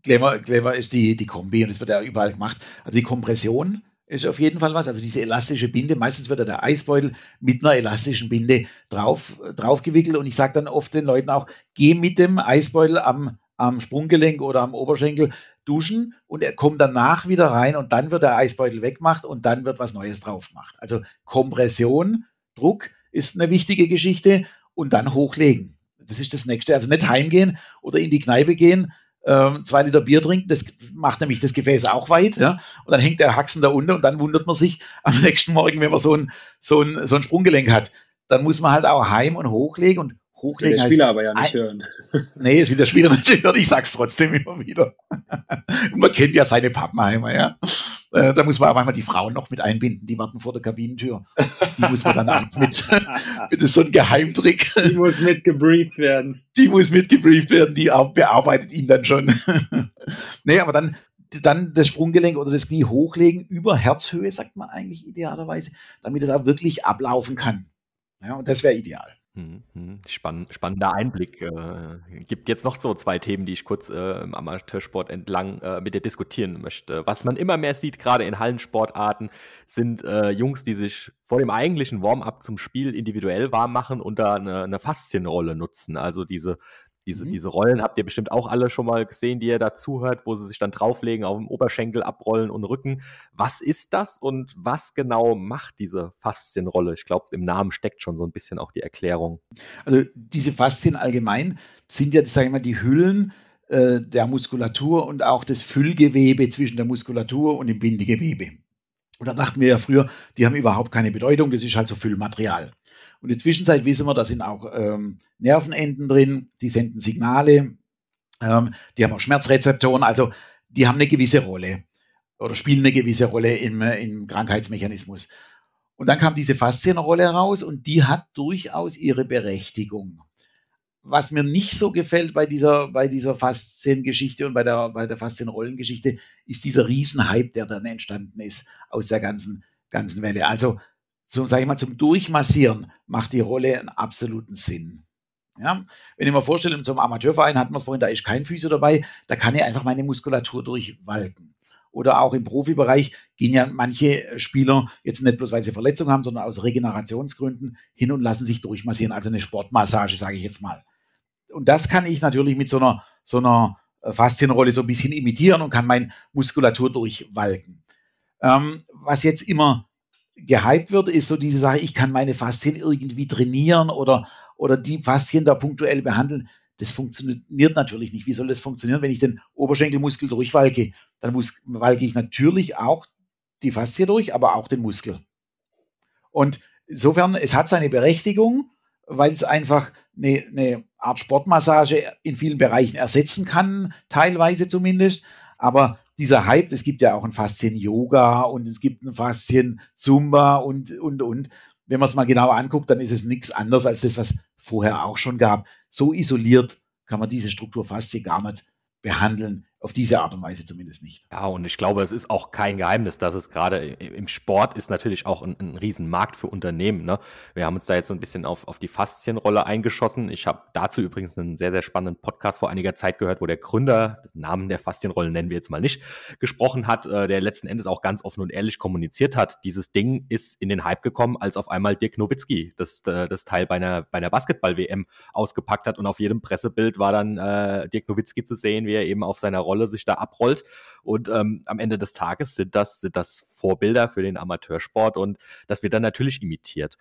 ist, die Kombi und das wird ja überall gemacht. Also die Kompression ist auf jeden Fall was, also diese elastische Binde, meistens wird ja der Eisbeutel mit einer elastischen Binde drauf gewickelt und ich sage dann oft den Leuten auch, geh mit dem Eisbeutel am Sprunggelenk oder am Oberschenkel duschen und er kommt danach wieder rein und dann wird der Eisbeutel weggemacht und dann wird was Neues drauf gemacht. Also Kompression, Druck ist eine wichtige Geschichte und dann hochlegen. Das ist das Nächste. Also nicht heimgehen oder in die Kneipe gehen, 2 Liter Bier trinken, das macht nämlich das Gefäß auch weit, ja, und dann hängt der Haxen da unten und dann wundert man sich am nächsten Morgen, wenn man so ein Sprunggelenk hat. Dann muss man halt auch heim und hochlegen und hochlegen heißt... Der Spieler aber ja nicht hören. Nee, das will der Spieler nicht hören, ich sag's trotzdem immer wieder. Und man kennt ja seine Pappenheimer, ja. Da muss man auch manchmal die Frauen noch mit einbinden, die warten vor der Kabinentür. Die muss man dann auch mit. Das ist so ein Geheimtrick. Die muss mitgebrieft werden. Die bearbeitet ihn dann schon. Nee, aber dann das Sprunggelenk oder das Knie hochlegen über Herzhöhe, sagt man eigentlich idealerweise, damit es auch wirklich ablaufen kann. Ja, und das wäre ideal. Spannender Einblick. Gibt jetzt noch so 2 Themen, die ich kurz im Amateursport entlang mit dir diskutieren möchte. Was man immer mehr sieht, gerade in Hallensportarten, sind Jungs, die sich vor dem eigentlichen Warm-up zum Spiel individuell warm machen und da eine Faszienrolle nutzen. Also diese Rollen habt ihr bestimmt auch alle schon mal gesehen, die ihr da zuhört, wo sie sich dann drauflegen, auf dem Oberschenkel abrollen und Rücken. Was ist das und was genau macht diese Faszienrolle? Ich glaube, im Namen steckt schon so ein bisschen auch die Erklärung. Also diese Faszien allgemein sind ja, sage ich mal, die Hüllen der Muskulatur und auch das Füllgewebe zwischen der Muskulatur und dem Bindegewebe. Und da dachten wir ja früher, die haben überhaupt keine Bedeutung, das ist halt so Füllmaterial. Und in der Zwischenzeit wissen wir, da sind auch Nervenenden drin, die senden Signale, die haben auch Schmerzrezeptoren, also die haben eine gewisse Rolle oder spielen eine gewisse Rolle im Krankheitsmechanismus. Und dann kam diese Faszienrolle raus und die hat durchaus ihre Berechtigung. Was mir nicht so gefällt bei dieser Fasziengeschichte und bei der Faszienrollengeschichte, ist dieser Riesenhype, der dann entstanden ist aus der ganzen Welle. Also sage ich mal, zum Durchmassieren macht die Rolle einen absoluten Sinn. Ja? Wenn ich mir vorstelle, in so einem Amateurverein hatten wir es vorhin, da ist kein Physio dabei, da kann ich einfach meine Muskulatur durchwalken. Oder auch im Profibereich gehen ja manche Spieler jetzt nicht bloß, weil sie Verletzungen haben, sondern aus Regenerationsgründen hin und lassen sich durchmassieren, also eine Sportmassage, sage ich jetzt mal. Und das kann ich natürlich mit so einer Faszienrolle so ein bisschen imitieren und kann meine Muskulatur durchwalken. Was jetzt immer gehypt wird, ist so diese Sache, ich kann meine Faszien irgendwie trainieren oder die Faszien da punktuell behandeln. Das funktioniert natürlich nicht. Wie soll das funktionieren, wenn ich den Oberschenkelmuskel durchwalke? Dann walke ich natürlich auch die Faszie durch, aber auch den Muskel. Und insofern, es hat seine Berechtigung, weil es einfach eine Art Sportmassage in vielen Bereichen ersetzen kann, teilweise zumindest. Aber dieser Hype, es gibt ja auch ein Faszien-Yoga und es gibt ein Faszien-Zumba und. Wenn man es mal genauer anguckt, dann ist es nichts anderes als das, was vorher auch schon gab. So isoliert kann man diese Struktur Faszie gar nicht behandeln, auf diese Art und Weise zumindest nicht. Ja, und ich glaube, es ist auch kein Geheimnis, dass es gerade im Sport ist natürlich auch ein Riesenmarkt für Unternehmen. Ne? Wir haben uns da jetzt so ein bisschen auf die Faszienrolle eingeschossen. Ich habe dazu übrigens einen sehr, sehr spannenden Podcast vor einiger Zeit gehört, wo der Gründer, den Namen der Faszienrolle nennen wir jetzt mal nicht, gesprochen hat, der letzten Endes auch ganz offen und ehrlich kommuniziert hat. Dieses Ding ist in den Hype gekommen, als auf einmal Dirk Nowitzki das Teil bei einer Basketball-WM ausgepackt hat und auf jedem Pressebild war dann Dirk Nowitzki zu sehen, wie er eben auf seiner Rolle sich da abrollt. Und am Ende des Tages sind das Vorbilder für den Amateursport und das wird dann natürlich imitiert.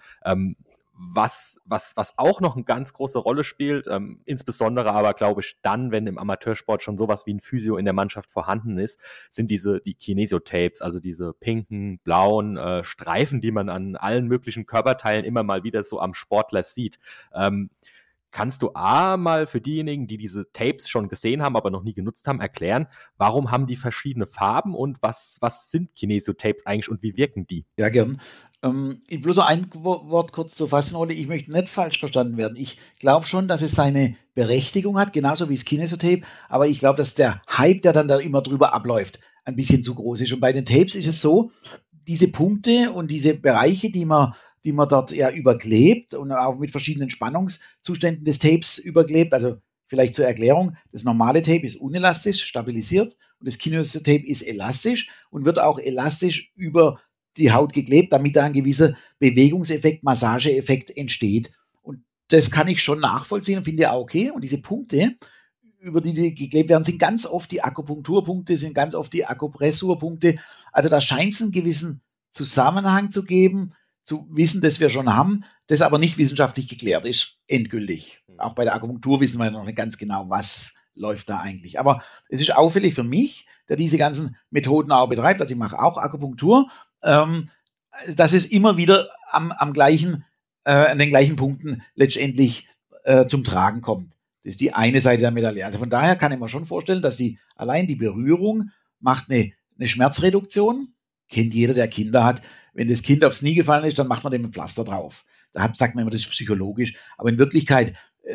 Was auch noch eine ganz große Rolle spielt, insbesondere aber, glaube ich, dann, wenn im Amateursport schon sowas wie ein Physio in der Mannschaft vorhanden ist, sind die Kinesiotapes, also diese pinken, blauen Streifen, die man an allen möglichen Körperteilen immer mal wieder so am Sportler sieht. Kannst du mal für diejenigen, die diese Tapes schon gesehen haben, aber noch nie genutzt haben, erklären, warum haben die verschiedene Farben und was sind Kinesiotapes eigentlich und wie wirken die? Ja, gern. Bloß noch ein Wort kurz zur Faszienrolle. Ich möchte nicht falsch verstanden werden. Ich glaube schon, dass es seine Berechtigung hat, genauso wie das Kinesiotape, aber ich glaube, dass der Hype, der dann da immer drüber abläuft, ein bisschen zu groß ist. Und bei den Tapes ist es so, diese Punkte und diese Bereiche, die man dort ja überklebt und auch mit verschiedenen Spannungszuständen des Tapes überklebt. Also vielleicht zur Erklärung, das normale Tape ist unelastisch, stabilisiert und das Kinesiotape ist elastisch und wird auch elastisch über die Haut geklebt, damit da ein gewisser Bewegungseffekt, Massageeffekt entsteht. Und das kann ich schon nachvollziehen und finde auch okay. Und diese Punkte, über die geklebt werden, sind ganz oft die Akupunkturpunkte, sind ganz oft die Akupressurpunkte. Also da scheint es einen gewissen Zusammenhang zu geben, zu wissen, dass wir schon haben, das aber nicht wissenschaftlich geklärt ist, endgültig. Auch bei der Akupunktur wissen wir noch nicht ganz genau, was läuft da eigentlich. Aber es ist auffällig für mich, der diese ganzen Methoden auch betreibt, also ich mache auch Akupunktur, dass es immer wieder an den gleichen Punkten letztendlich zum Tragen kommt. Das ist die eine Seite der Medaille. Also von daher kann ich mir schon vorstellen, dass allein die Berührung macht eine Schmerzreduktion. Kennt jeder, der Kinder hat. Wenn das Kind aufs Knie gefallen ist, dann macht man dem ein Pflaster drauf. Da sagt man immer, das ist psychologisch. Aber in Wirklichkeit,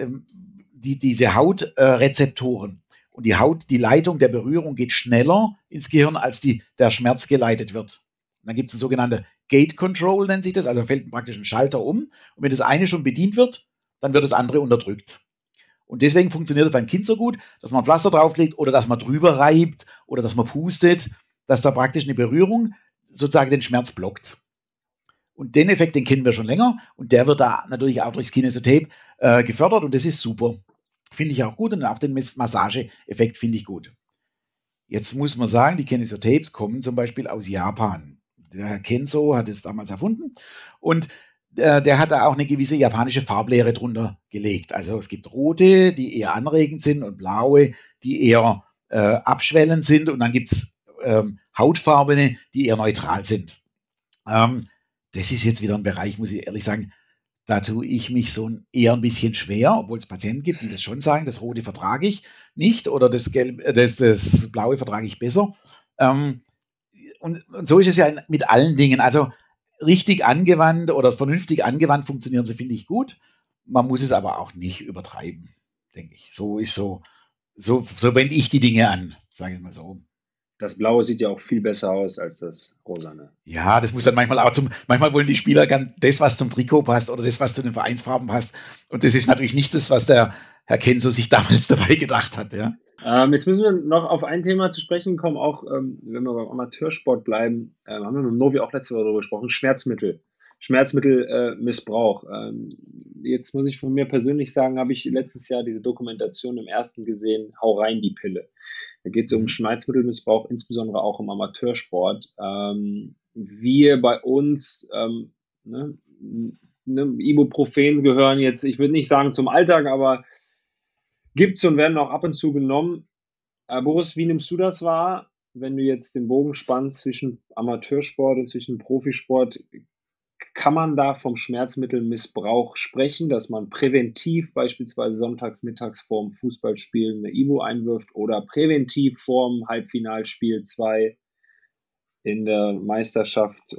diese Hautrezeptoren und die Leitung der Berührung geht schneller ins Gehirn, als der Schmerz geleitet wird. Und dann gibt es ein sogenannte Gate Control, nennt sich das, also fällt praktisch ein Schalter um. Und wenn das eine schon bedient wird, dann wird das andere unterdrückt. Und deswegen funktioniert es beim Kind so gut, dass man Pflaster drauflegt oder dass man drüber reibt oder dass man pustet, dass da praktisch eine Berührung sozusagen den Schmerz blockt. Und den Effekt, den kennen wir schon länger und der wird da natürlich auch durchs Kinesiotape gefördert und das ist super. Finde ich auch gut und auch den Massageeffekt finde ich gut. Jetzt muss man sagen, die Kinesiotapes kommen zum Beispiel aus Japan. Der Herr Kenzo hat es damals erfunden und der hat da auch eine gewisse japanische Farblehre drunter gelegt. Also es gibt rote, die eher anregend sind und blaue, die eher abschwellend sind und dann gibt es hautfarbene, die eher neutral sind. Das ist jetzt wieder ein Bereich, muss ich ehrlich sagen, da tue ich mich so eher ein bisschen schwer, obwohl es Patienten gibt, die das schon sagen, das Rote vertrage ich nicht oder das Blaue vertrage ich besser. Und so ist es ja mit allen Dingen. Also richtig angewandt oder vernünftig angewandt funktionieren sie, finde ich gut. Man muss es aber auch nicht übertreiben, denke ich. So wende ich die Dinge an, sage ich mal so. Das Blaue sieht ja auch viel besser aus als das Rosane. Ja, das muss dann manchmal auch manchmal wollen die Spieler gern das, was zum Trikot passt oder das, was zu den Vereinsfarben passt. Und das ist natürlich nicht das, was der Herr Kenzo sich damals dabei gedacht hat, ja. Jetzt müssen wir noch auf ein Thema zu sprechen kommen, auch wenn wir beim Amateursport bleiben, haben wir mit Novi auch letzte Woche darüber gesprochen, Schmerzmittelmissbrauch. Jetzt muss ich von mir persönlich sagen, habe ich letztes Jahr diese Dokumentation im ersten gesehen, Hau rein die Pille. Da geht es um Schmerzmittelmissbrauch, insbesondere auch im Amateursport. Wir bei uns, Ibuprofen gehören jetzt, ich würde nicht sagen zum Alltag, aber gibt es und werden auch ab und zu genommen. Boris, wie nimmst du das wahr, wenn du jetzt den Bogen spannst zwischen Amateursport und zwischen Profisport? Kann man da vom Schmerzmittelmissbrauch sprechen, dass man präventiv beispielsweise sonntags, mittags vorm Fußballspiel eine Ibu einwirft oder präventiv vorm Halbfinalspiel 2 in der Meisterschaft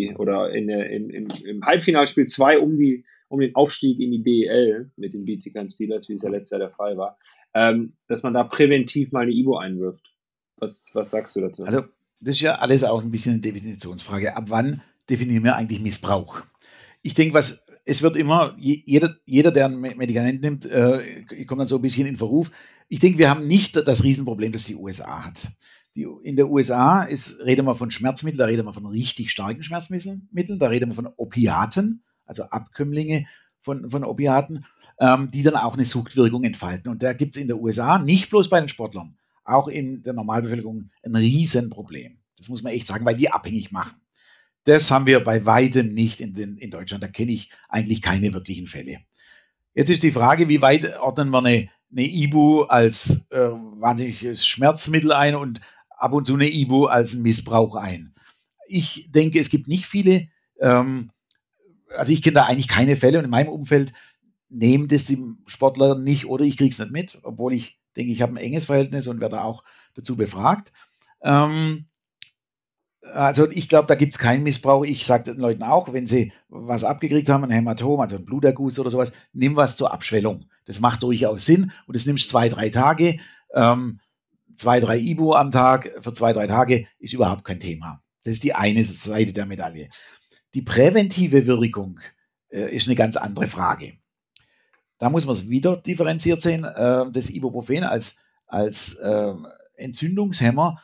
im Halbfinalspiel 2 um den Aufstieg in die BEL mit den Bietigheim Steelers, wie es ja letztes Jahr der Fall war, dass man da präventiv mal eine Ibu einwirft. Was sagst du dazu? Also das ist ja alles auch ein bisschen eine Definitionsfrage. Ab wann definieren wir eigentlich Missbrauch? Ich denke, es wird immer, jeder, der ein Medikament nimmt, kommt dann so ein bisschen in Verruf. Ich denke, wir haben nicht das Riesenproblem, das die USA hat. In der USA reden wir von Schmerzmitteln, da reden wir von richtig starken Schmerzmitteln, da reden wir von Opiaten, also Abkömmlinge von Opiaten, die dann auch eine Suchtwirkung entfalten. Und da gibt es in der USA, nicht bloß bei den Sportlern, auch in der Normalbevölkerung ein Riesenproblem. Das muss man echt sagen, weil die abhängig machen. Das haben wir bei weitem nicht in Deutschland. Da kenne ich eigentlich keine wirklichen Fälle. Jetzt ist die Frage, wie weit ordnen wir eine Ibu als wahnsinniges Schmerzmittel ein und ab und zu eine Ibu als Missbrauch ein. Ich denke, es gibt nicht viele, also ich kenne da eigentlich keine Fälle und in meinem Umfeld nehmen das die Sportler nicht oder ich kriege es nicht mit, obwohl ich denke, ich habe ein enges Verhältnis und werde auch dazu befragt. Also ich glaube, da gibt es keinen Missbrauch. Ich sage den Leuten auch, wenn sie was abgekriegt haben, ein Hämatom, also ein Bluterguss oder sowas, nimm was zur Abschwellung. Das macht durchaus Sinn und das nimmst 2-3 Tage, 2-3 Ibu am Tag für 2-3 Tage ist überhaupt kein Thema. Das ist die eine Seite der Medaille. Die präventive Wirkung ist eine ganz andere Frage. Da muss man es wieder differenziert sehen. Das Ibuprofen als Entzündungshemmer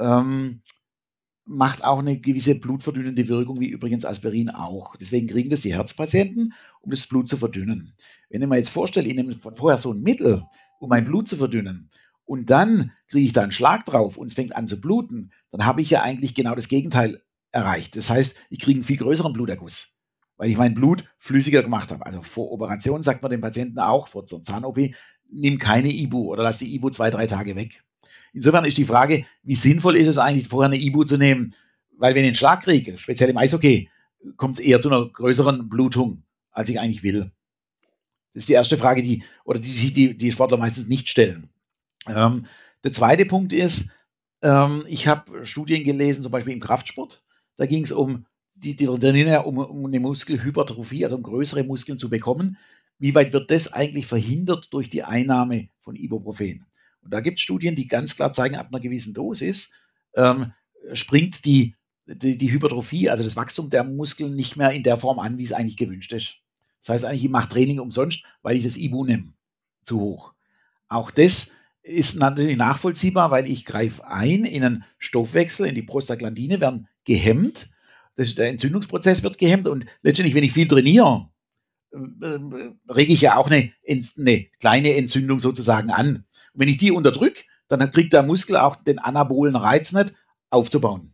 macht auch eine gewisse blutverdünnende Wirkung, wie übrigens Aspirin auch. Deswegen kriegen das die Herzpatienten, um das Blut zu verdünnen. Wenn ich mir jetzt vorstelle, ich nehme von vorher so ein Mittel, um mein Blut zu verdünnen, und dann kriege ich da einen Schlag drauf und es fängt an zu bluten, dann habe ich ja eigentlich genau das Gegenteil erreicht. Das heißt, ich kriege einen viel größeren Bluterguss, weil ich mein Blut flüssiger gemacht habe. Also vor Operation sagt man dem Patienten auch, vor so einer Zahn-OP, nimm keine Ibu oder lass die Ibu 2-3 Tage weg. Insofern ist die Frage, wie sinnvoll ist es eigentlich, vorher eine Ibu zu nehmen? Weil wenn ich einen Schlag kriege, speziell im Eishockey, kommt es eher zu einer größeren Blutung, als ich eigentlich will. Das ist die erste Frage, die sich die Sportler meistens nicht stellen. Der zweite Punkt ist, ich habe Studien gelesen, zum Beispiel im Kraftsport. Da ging es um eine Muskelhypertrophie, also um größere Muskeln zu bekommen. Wie weit wird das eigentlich verhindert durch die Einnahme von Ibuprofen? Und da gibt es Studien, die ganz klar zeigen, ab einer gewissen Dosis springt die die Hypertrophie, also das Wachstum der Muskeln, nicht mehr in der Form an, wie es eigentlich gewünscht ist. Das heißt eigentlich, ich mache Training umsonst, weil ich das Ibu nehme. Zu hoch. Auch das ist natürlich nachvollziehbar, weil ich greife ein in einen Stoffwechsel, in die Prostaglandine werden gehemmt. Der Entzündungsprozess wird gehemmt und letztendlich, wenn ich viel trainiere, rege ich ja auch eine kleine Entzündung sozusagen an. Und wenn ich die unterdrücke, dann kriegt der Muskel auch den anabolen Reiz nicht aufzubauen.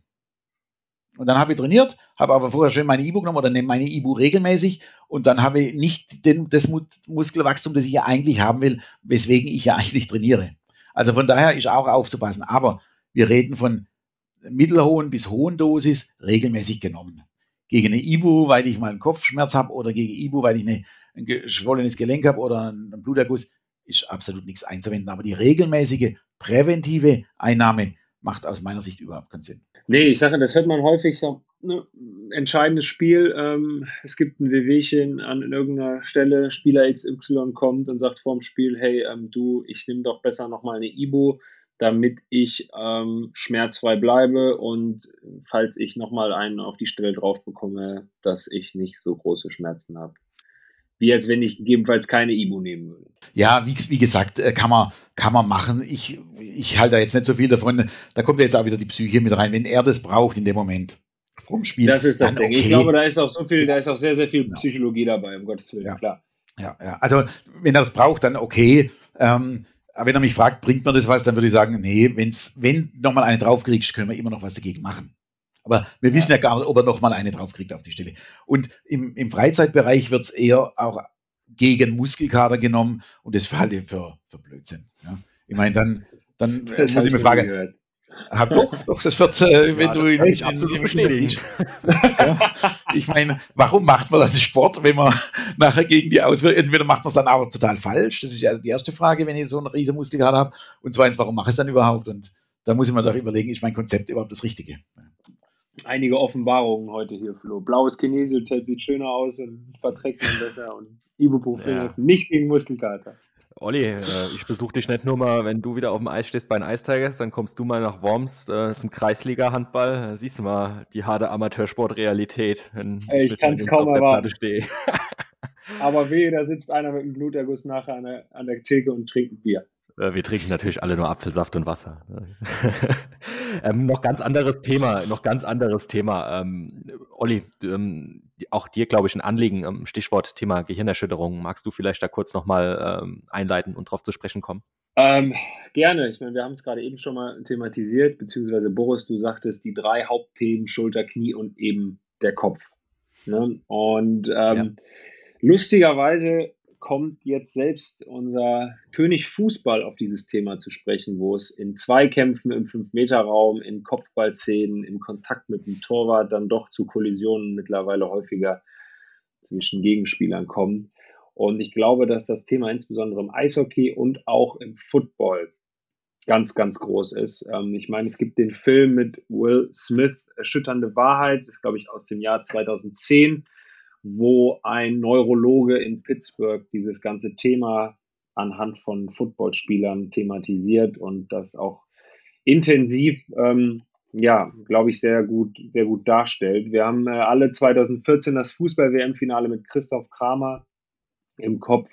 Und dann habe ich trainiert, habe aber vorher schön meine Ibu genommen oder nehme meine Ibu regelmäßig und dann habe ich nicht das Muskelwachstum, das ich ja eigentlich haben will, weswegen ich ja eigentlich trainiere. Also von daher ist auch aufzupassen. Aber wir reden von mittelhohen bis hohen Dosis regelmäßig genommen. Gegen eine Ibu, weil ich mal einen Kopfschmerz habe oder gegen Ibu, weil ich ein geschwollenes Gelenk habe oder einen Bluterguss, ist absolut nichts einzuwenden. Aber die regelmäßige präventive Einnahme macht aus meiner Sicht überhaupt keinen Sinn. Nee, ich sage, das hört man häufig so, ne, entscheidendes Spiel, es gibt ein Wehwehchen an irgendeiner Stelle, Spieler XY kommt und sagt vorm Spiel, hey, ich nehme doch besser nochmal eine Ibu, damit ich schmerzfrei bleibe und falls ich nochmal einen auf die Stelle drauf bekomme, dass ich nicht so große Schmerzen habe. Wie als wenn ich gegebenenfalls keine Ibu nehmen würde. Ja, wie gesagt, kann man machen. Ich halte da jetzt nicht so viel davon. Da kommt jetzt auch wieder die Psyche mit rein, wenn er das braucht in dem Moment vom Spiel. Das ist das Ding. Okay. Ich glaube, da ist auch da ist auch sehr, sehr viel Psychologie dabei, um Gottes Willen, klar. Ja. Also, wenn er das braucht, dann okay. Aber wenn er mich fragt, bringt mir das was, dann würde ich sagen, nee, wenn nochmal eine draufkriegst, können wir immer noch was dagegen machen. Aber wir wissen ja gar nicht, ob er noch mal eine draufkriegt auf die Stelle. Und im Freizeitbereich wird es eher auch gegen Muskelkater genommen und das halte ich für Blödsinn. Ja. Ich meine, dann muss ich mir fragen, doch, das wird, wenn du in absolut bestätigen. Ja, ich meine, warum macht man das Sport, wenn man nachher gegen die Auswirkungen, entweder macht man es dann auch total falsch, das ist ja die erste Frage, wenn ich so einen riesen Muskelkater habe, und zweitens, warum mache ich es dann überhaupt? Und da muss ich mir doch überlegen, ist mein Konzept überhaupt das Richtige? Einige Offenbarungen heute hier, Flo. Blaues Kinesiotape sieht schöner aus und verträgt man besser und Ibuprofen nicht gegen Muskelkater. Olli, ich besuche dich nicht nur mal, wenn du wieder auf dem Eis stehst bei den Ice Tigers, dann kommst du mal nach Worms zum Kreisliga-Handball. Siehst du mal die harte Amateursport-Realität. Ich kann es kaum erwarten. Aber wehe, da sitzt einer mit einem Bluterguss nachher an der Theke und trinkt ein Bier. Wir trinken natürlich alle nur Apfelsaft und Wasser. Noch ganz anderes Thema. Olli, auch dir, glaube ich, ein Anliegen, Stichwort Thema Gehirnerschütterung. Magst du vielleicht da kurz nochmal einleiten und drauf zu sprechen kommen? Gerne. Ich meine, wir haben es gerade eben schon mal thematisiert, beziehungsweise Boris, du sagtest die 3 Hauptthemen, Schulter, Knie und eben der Kopf. Ne? Und lustigerweise kommt jetzt selbst unser König Fußball auf dieses Thema zu sprechen, wo es in Zweikämpfen im 5-Meter-Raum, in Kopfballszenen, im Kontakt mit dem Torwart dann doch zu Kollisionen mittlerweile häufiger zwischen Gegenspielern kommt. Und ich glaube, dass das Thema insbesondere im Eishockey und auch im Football ganz, ganz groß ist. Ich meine, es gibt den Film mit Will Smith, Erschütternde Wahrheit, das ist, glaube ich, aus dem Jahr 2010, wo ein Neurologe in Pittsburgh dieses ganze Thema anhand von Footballspielern thematisiert und das auch intensiv, glaube ich, sehr gut darstellt. Wir haben alle 2014 das Fußball-WM-Finale mit Christoph Kramer im Kopf,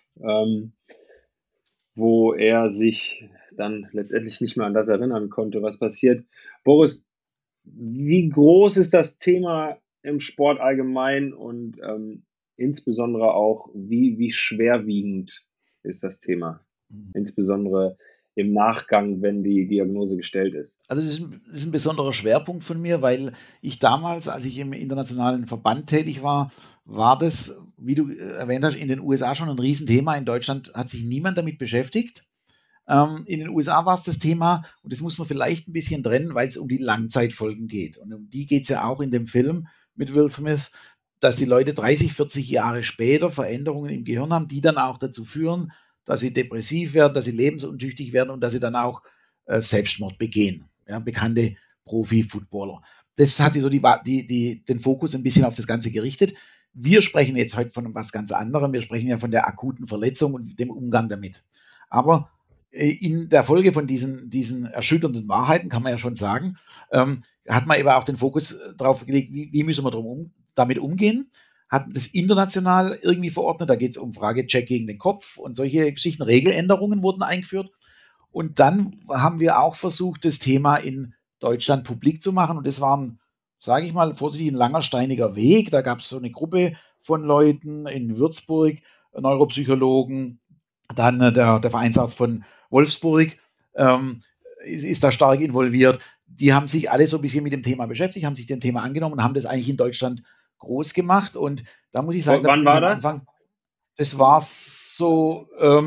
wo er sich dann letztendlich nicht mehr an das erinnern konnte, was passiert. Boris, wie groß ist das Thema im Sport allgemein und insbesondere auch, wie schwerwiegend ist das Thema? Insbesondere im Nachgang, wenn die Diagnose gestellt ist. Also das ist ein besonderer Schwerpunkt von mir, weil ich damals, als ich im internationalen Verband tätig war, war das, wie du erwähnt hast, in den USA schon ein Riesenthema. In Deutschland hat sich niemand damit beschäftigt. In den USA war es das Thema, und das muss man vielleicht ein bisschen trennen, weil es um die Langzeitfolgen geht. Und um die geht es ja auch in dem Film mit Will Smith, dass die Leute 30, 40 Jahre später Veränderungen im Gehirn haben, die dann auch dazu führen, dass sie depressiv werden, dass sie lebensuntüchtig werden und dass sie dann auch Selbstmord begehen. Ja, bekannte Profi-Footballer. Das hat so den Fokus ein bisschen auf das Ganze gerichtet. Wir sprechen jetzt heute von was ganz anderem. Wir sprechen ja von der akuten Verletzung und dem Umgang damit. Aber in der Folge von diesen erschütternden Wahrheiten, kann man ja schon sagen, hat man eben auch den Fokus darauf gelegt, wie müssen wir damit umgehen, hat das international irgendwie verordnet, da geht es um Frage-Check gegen den Kopf und solche Geschichten, Regeländerungen wurden eingeführt. Und dann haben wir auch versucht, das Thema in Deutschland publik zu machen. Und das war sage ich mal, vorsichtig ein langer, steiniger Weg. Da gab es so eine Gruppe von Leuten in Würzburg, Neuropsychologen, dann der Vereinsarzt von Wolfsburg ist da stark involviert. Die haben sich alle so ein bisschen mit dem Thema beschäftigt, haben sich dem Thema angenommen und haben das eigentlich in Deutschland groß gemacht. Und da muss ich sagen, wann war das? Das war so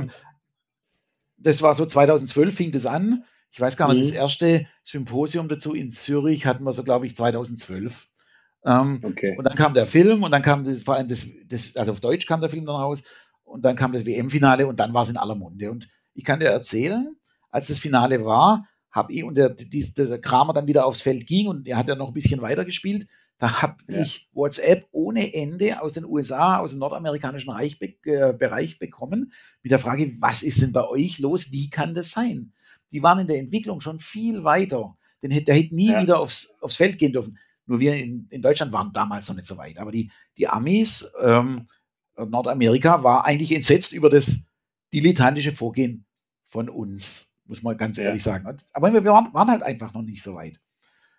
2012 fing das an. Ich weiß gar nicht, das erste Symposium dazu in Zürich hatten wir so, glaube ich, 2012. Okay. Und dann kam der Film und dann kam vor allem also auf Deutsch kam der Film dann raus und dann kam das WM-Finale und dann war es in aller Munde. Und ich kann dir erzählen, als das Finale war, habe ich und der Kramer dann wieder aufs Feld ging und er hat ja noch ein bisschen weiter gespielt, da habe ich WhatsApp ohne Ende aus den USA, aus dem nordamerikanischen Bereich bekommen mit der Frage, was ist denn bei euch los? Wie kann das sein? Die waren in der Entwicklung schon viel weiter. Der hätte nie wieder aufs Feld gehen dürfen. Nur wir in Deutschland waren damals noch nicht so weit. Aber die Amis, Nordamerika, war eigentlich entsetzt über das dilettantische Vorgehen von uns, muss man ganz ehrlich sagen. Aber wir waren halt einfach noch nicht so weit.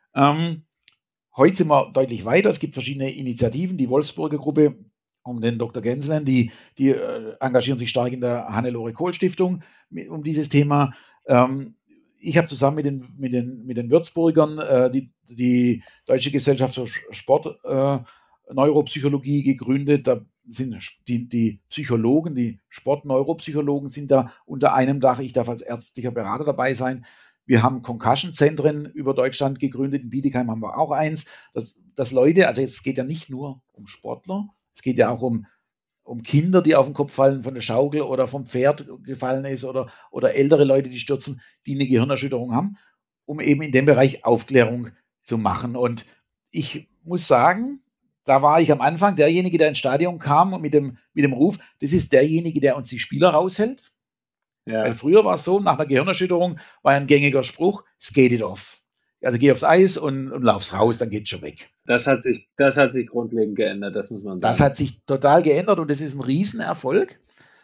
Heute sind wir deutlich weiter. Es gibt verschiedene Initiativen. Die Wolfsburger Gruppe um den Dr. Genslen, die engagieren sich stark in der Hannelore-Kohl-Stiftung um dieses Thema. Ich habe zusammen mit den Würzburgern die Deutsche Gesellschaft für Sport Neuropsychologie gegründet. Da sind die Psychologen, die Sportneuropsychologen sind da unter einem Dach. Ich darf als ärztlicher Berater dabei sein. Wir haben Concussion-Zentren über Deutschland gegründet. In Bietigheim haben wir auch eins. Dass Leute, also es geht ja nicht nur um Sportler, es geht ja auch um Kinder, die auf den Kopf fallen von der Schaukel oder vom Pferd gefallen ist oder ältere Leute, die stürzen, die eine Gehirnerschütterung haben, um eben in dem Bereich Aufklärung zu machen. Und ich muss sagen, da war ich am Anfang derjenige, der ins Stadion kam und mit dem Ruf, das ist derjenige, der uns die Spieler raushält. Ja. Weil früher war es so, nach einer Gehirnerschütterung war ein gängiger Spruch, skate it off. Also geh aufs Eis und lauf's raus, dann geht's schon weg. Das hat sich grundlegend geändert, das muss man sagen. Das hat sich total geändert und das ist ein Riesenerfolg.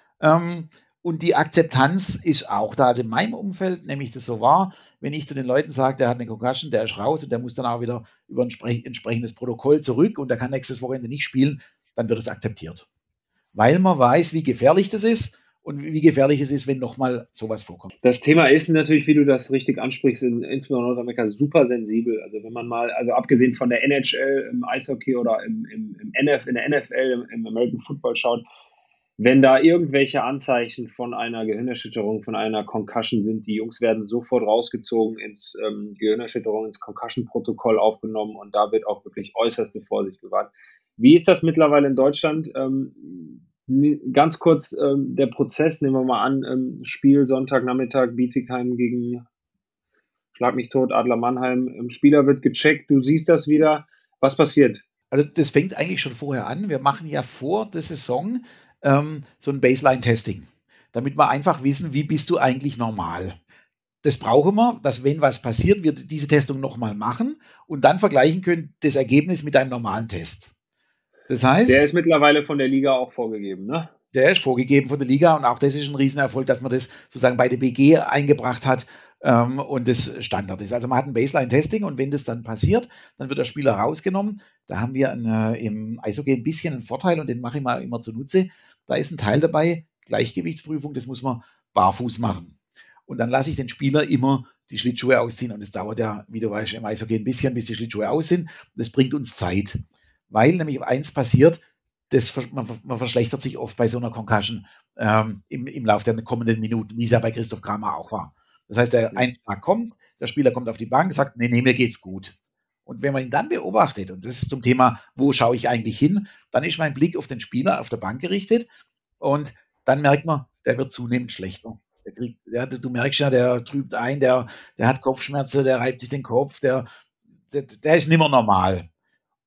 Und die Akzeptanz ist auch da, also in meinem Umfeld, nämlich das so war, wenn ich zu den Leuten sage, der hat eine Concussion, der ist raus und der muss dann auch wieder über ein entsprechendes Protokoll zurück und der kann nächstes Wochenende nicht spielen, dann wird es akzeptiert. Weil man weiß, wie gefährlich das ist und wie gefährlich es ist, wenn nochmal sowas vorkommt. Das Thema ist natürlich, wie du das richtig ansprichst, insbesondere in Nordamerika super sensibel. Also wenn man mal, also abgesehen von der NHL im Eishockey oder in der NFL, im American Football schaut, wenn da irgendwelche Anzeichen von einer Gehirnerschütterung, von einer Concussion sind, die Jungs werden sofort rausgezogen ins Gehirnerschütterung, ins Concussion-Protokoll aufgenommen und da wird auch wirklich äußerste Vorsicht gewahrt. Wie ist das mittlerweile in Deutschland? Ganz kurz der Prozess, nehmen wir mal an, Spiel Sonntagnachmittag, Bietigheim gegen Schlag mich tot, Adler Mannheim, Spieler wird gecheckt, du siehst das wieder, was passiert? Also das fängt eigentlich schon vorher an, wir machen ja vor der Saison so ein Baseline-Testing, damit wir einfach wissen, wie bist du eigentlich normal. Das brauchen wir, dass wenn was passiert, wir diese Testung nochmal machen und dann vergleichen können, das Ergebnis mit einem normalen Test. Das heißt, der ist mittlerweile von der Liga auch vorgegeben, ne? Der ist vorgegeben von der Liga und auch das ist ein Riesenerfolg, dass man das sozusagen bei der BG eingebracht hat und das Standard ist. Also man hat ein Baseline-Testing und wenn das dann passiert, dann wird der Spieler rausgenommen. Da haben wir im Eishockey ein bisschen einen Vorteil und den mache ich mal immer zunutze. Da ist ein Teil dabei, Gleichgewichtsprüfung, das muss man barfuß machen. Und dann lasse ich den Spieler immer die Schlittschuhe ausziehen und es dauert ja, wie du weißt, im Eishockey ein bisschen, bis die Schlittschuhe aus sind. Das bringt uns Zeit. Weil nämlich eins passiert, man verschlechtert sich oft bei so einer Concussion im Laufe der kommenden Minuten, wie es ja bei Christoph Kramer auch war. Das heißt, der Einschlag kommt, der Spieler kommt auf die Bank, sagt, nee, mir geht's gut. Und wenn man ihn dann beobachtet, und das ist zum Thema, wo schaue ich eigentlich hin, dann ist mein Blick auf den Spieler auf der Bank gerichtet und dann merkt man, der wird zunehmend schlechter. Du merkst ja, der trübt ein, der hat Kopfschmerzen, der reibt sich den Kopf, der ist nicht mehr normal. Und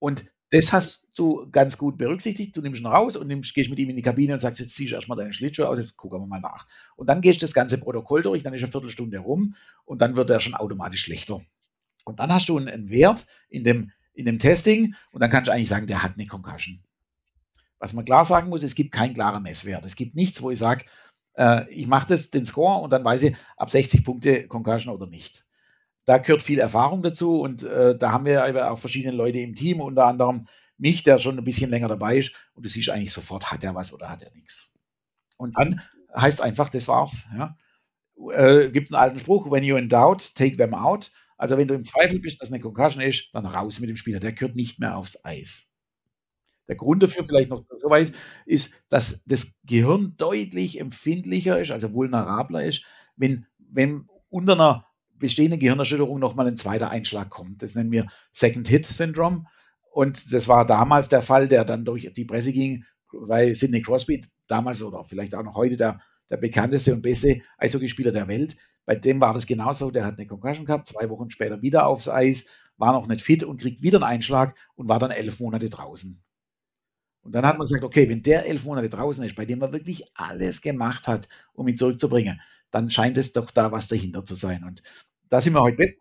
Das hast du ganz gut berücksichtigt. Du nimmst ihn raus und gehst mit ihm in die Kabine und sagst, jetzt ziehst du erstmal deine Schlittschuhe aus, jetzt gucken wir mal nach. Und dann gehst du das ganze Protokoll durch, dann ist eine Viertelstunde rum und dann wird er schon automatisch schlechter. Und dann hast du einen Wert in dem Testing und dann kannst du eigentlich sagen, der hat eine Concussion. Was man klar sagen muss, es gibt keinen klaren Messwert. Es gibt nichts, wo ich sage, ich mache den Score und dann weiß ich, ab 60 Punkte Concussion oder nicht. Da gehört viel Erfahrung dazu und da haben wir auch verschiedene Leute im Team, unter anderem mich, der schon ein bisschen länger dabei ist und du siehst eigentlich sofort, hat er was oder hat er nichts. Und dann heißt es einfach, das war's. Ja. Gibt einen alten Spruch, when you're in doubt, take them out. Also wenn du im Zweifel bist, dass eine Concussion ist, dann raus mit dem Spieler, der gehört nicht mehr aufs Eis. Der Grund dafür vielleicht noch so weit ist, dass das Gehirn deutlich empfindlicher ist, also vulnerabler ist, wenn unter einer bestehenden Gehirnerschütterung nochmal ein zweiter Einschlag kommt. Das nennen wir Second-Hit-Syndrom. Und das war damals der Fall, der dann durch die Presse ging, weil Sidney Crosby damals oder vielleicht auch noch heute der bekannteste und beste Eishockeyspieler der Welt, bei dem war das genauso. Der hat eine Concussion gehabt, 2 Wochen später wieder aufs Eis, war noch nicht fit und kriegt wieder einen Einschlag und war dann 11 Monate draußen. Und dann hat man gesagt, okay, wenn der 11 Monate draußen ist, bei dem er wirklich alles gemacht hat, um ihn zurückzubringen, dann scheint es doch da was dahinter zu sein. Und da sind wir heute besser.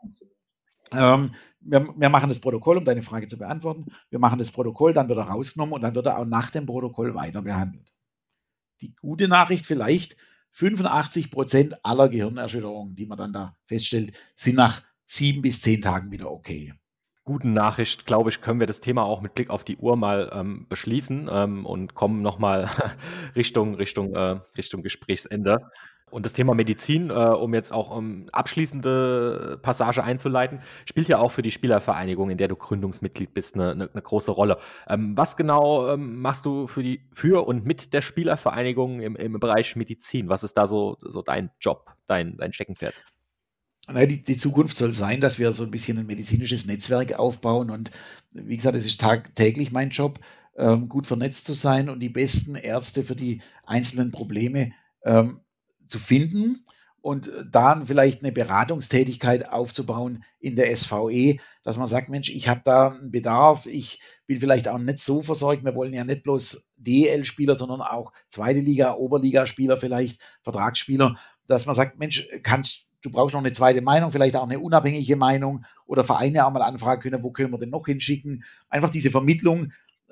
Wir machen das Protokoll, um deine Frage zu beantworten. Wir machen das Protokoll, dann wird er rausgenommen und dann wird er auch nach dem Protokoll weiter behandelt. Die gute Nachricht vielleicht, 85% aller Gehirnerschütterungen, die man dann da feststellt, sind nach 7 bis 10 Tagen wieder okay. Guten Nachricht, glaube ich, können wir das Thema auch mit Blick auf die Uhr mal beschließen und kommen nochmal Richtung Gesprächsende. Und das Thema Medizin, um jetzt auch abschließende Passage einzuleiten, spielt ja auch für die Spielervereinigung, in der du Gründungsmitglied bist, eine große Rolle. Was genau machst du für und mit der Spielervereinigung im Bereich Medizin? Was ist da so dein Job, dein Steckenpferd? Die Zukunft soll sein, dass wir so ein bisschen ein medizinisches Netzwerk aufbauen und wie gesagt, es ist tagtäglich mein Job, gut vernetzt zu sein und die besten Ärzte für die einzelnen Probleme zu finden und dann vielleicht eine Beratungstätigkeit aufzubauen in der SVE, dass man sagt, Mensch, ich habe da einen Bedarf, ich bin vielleicht auch nicht so versorgt, wir wollen ja nicht bloß DEL-Spieler, sondern auch zweite Liga, Oberligaspieler vielleicht, Vertragsspieler, dass man sagt, Mensch, du brauchst noch eine zweite Meinung, vielleicht auch eine unabhängige Meinung oder Vereine auch mal anfragen können, wo können wir denn noch hinschicken. Einfach diese Vermittlung,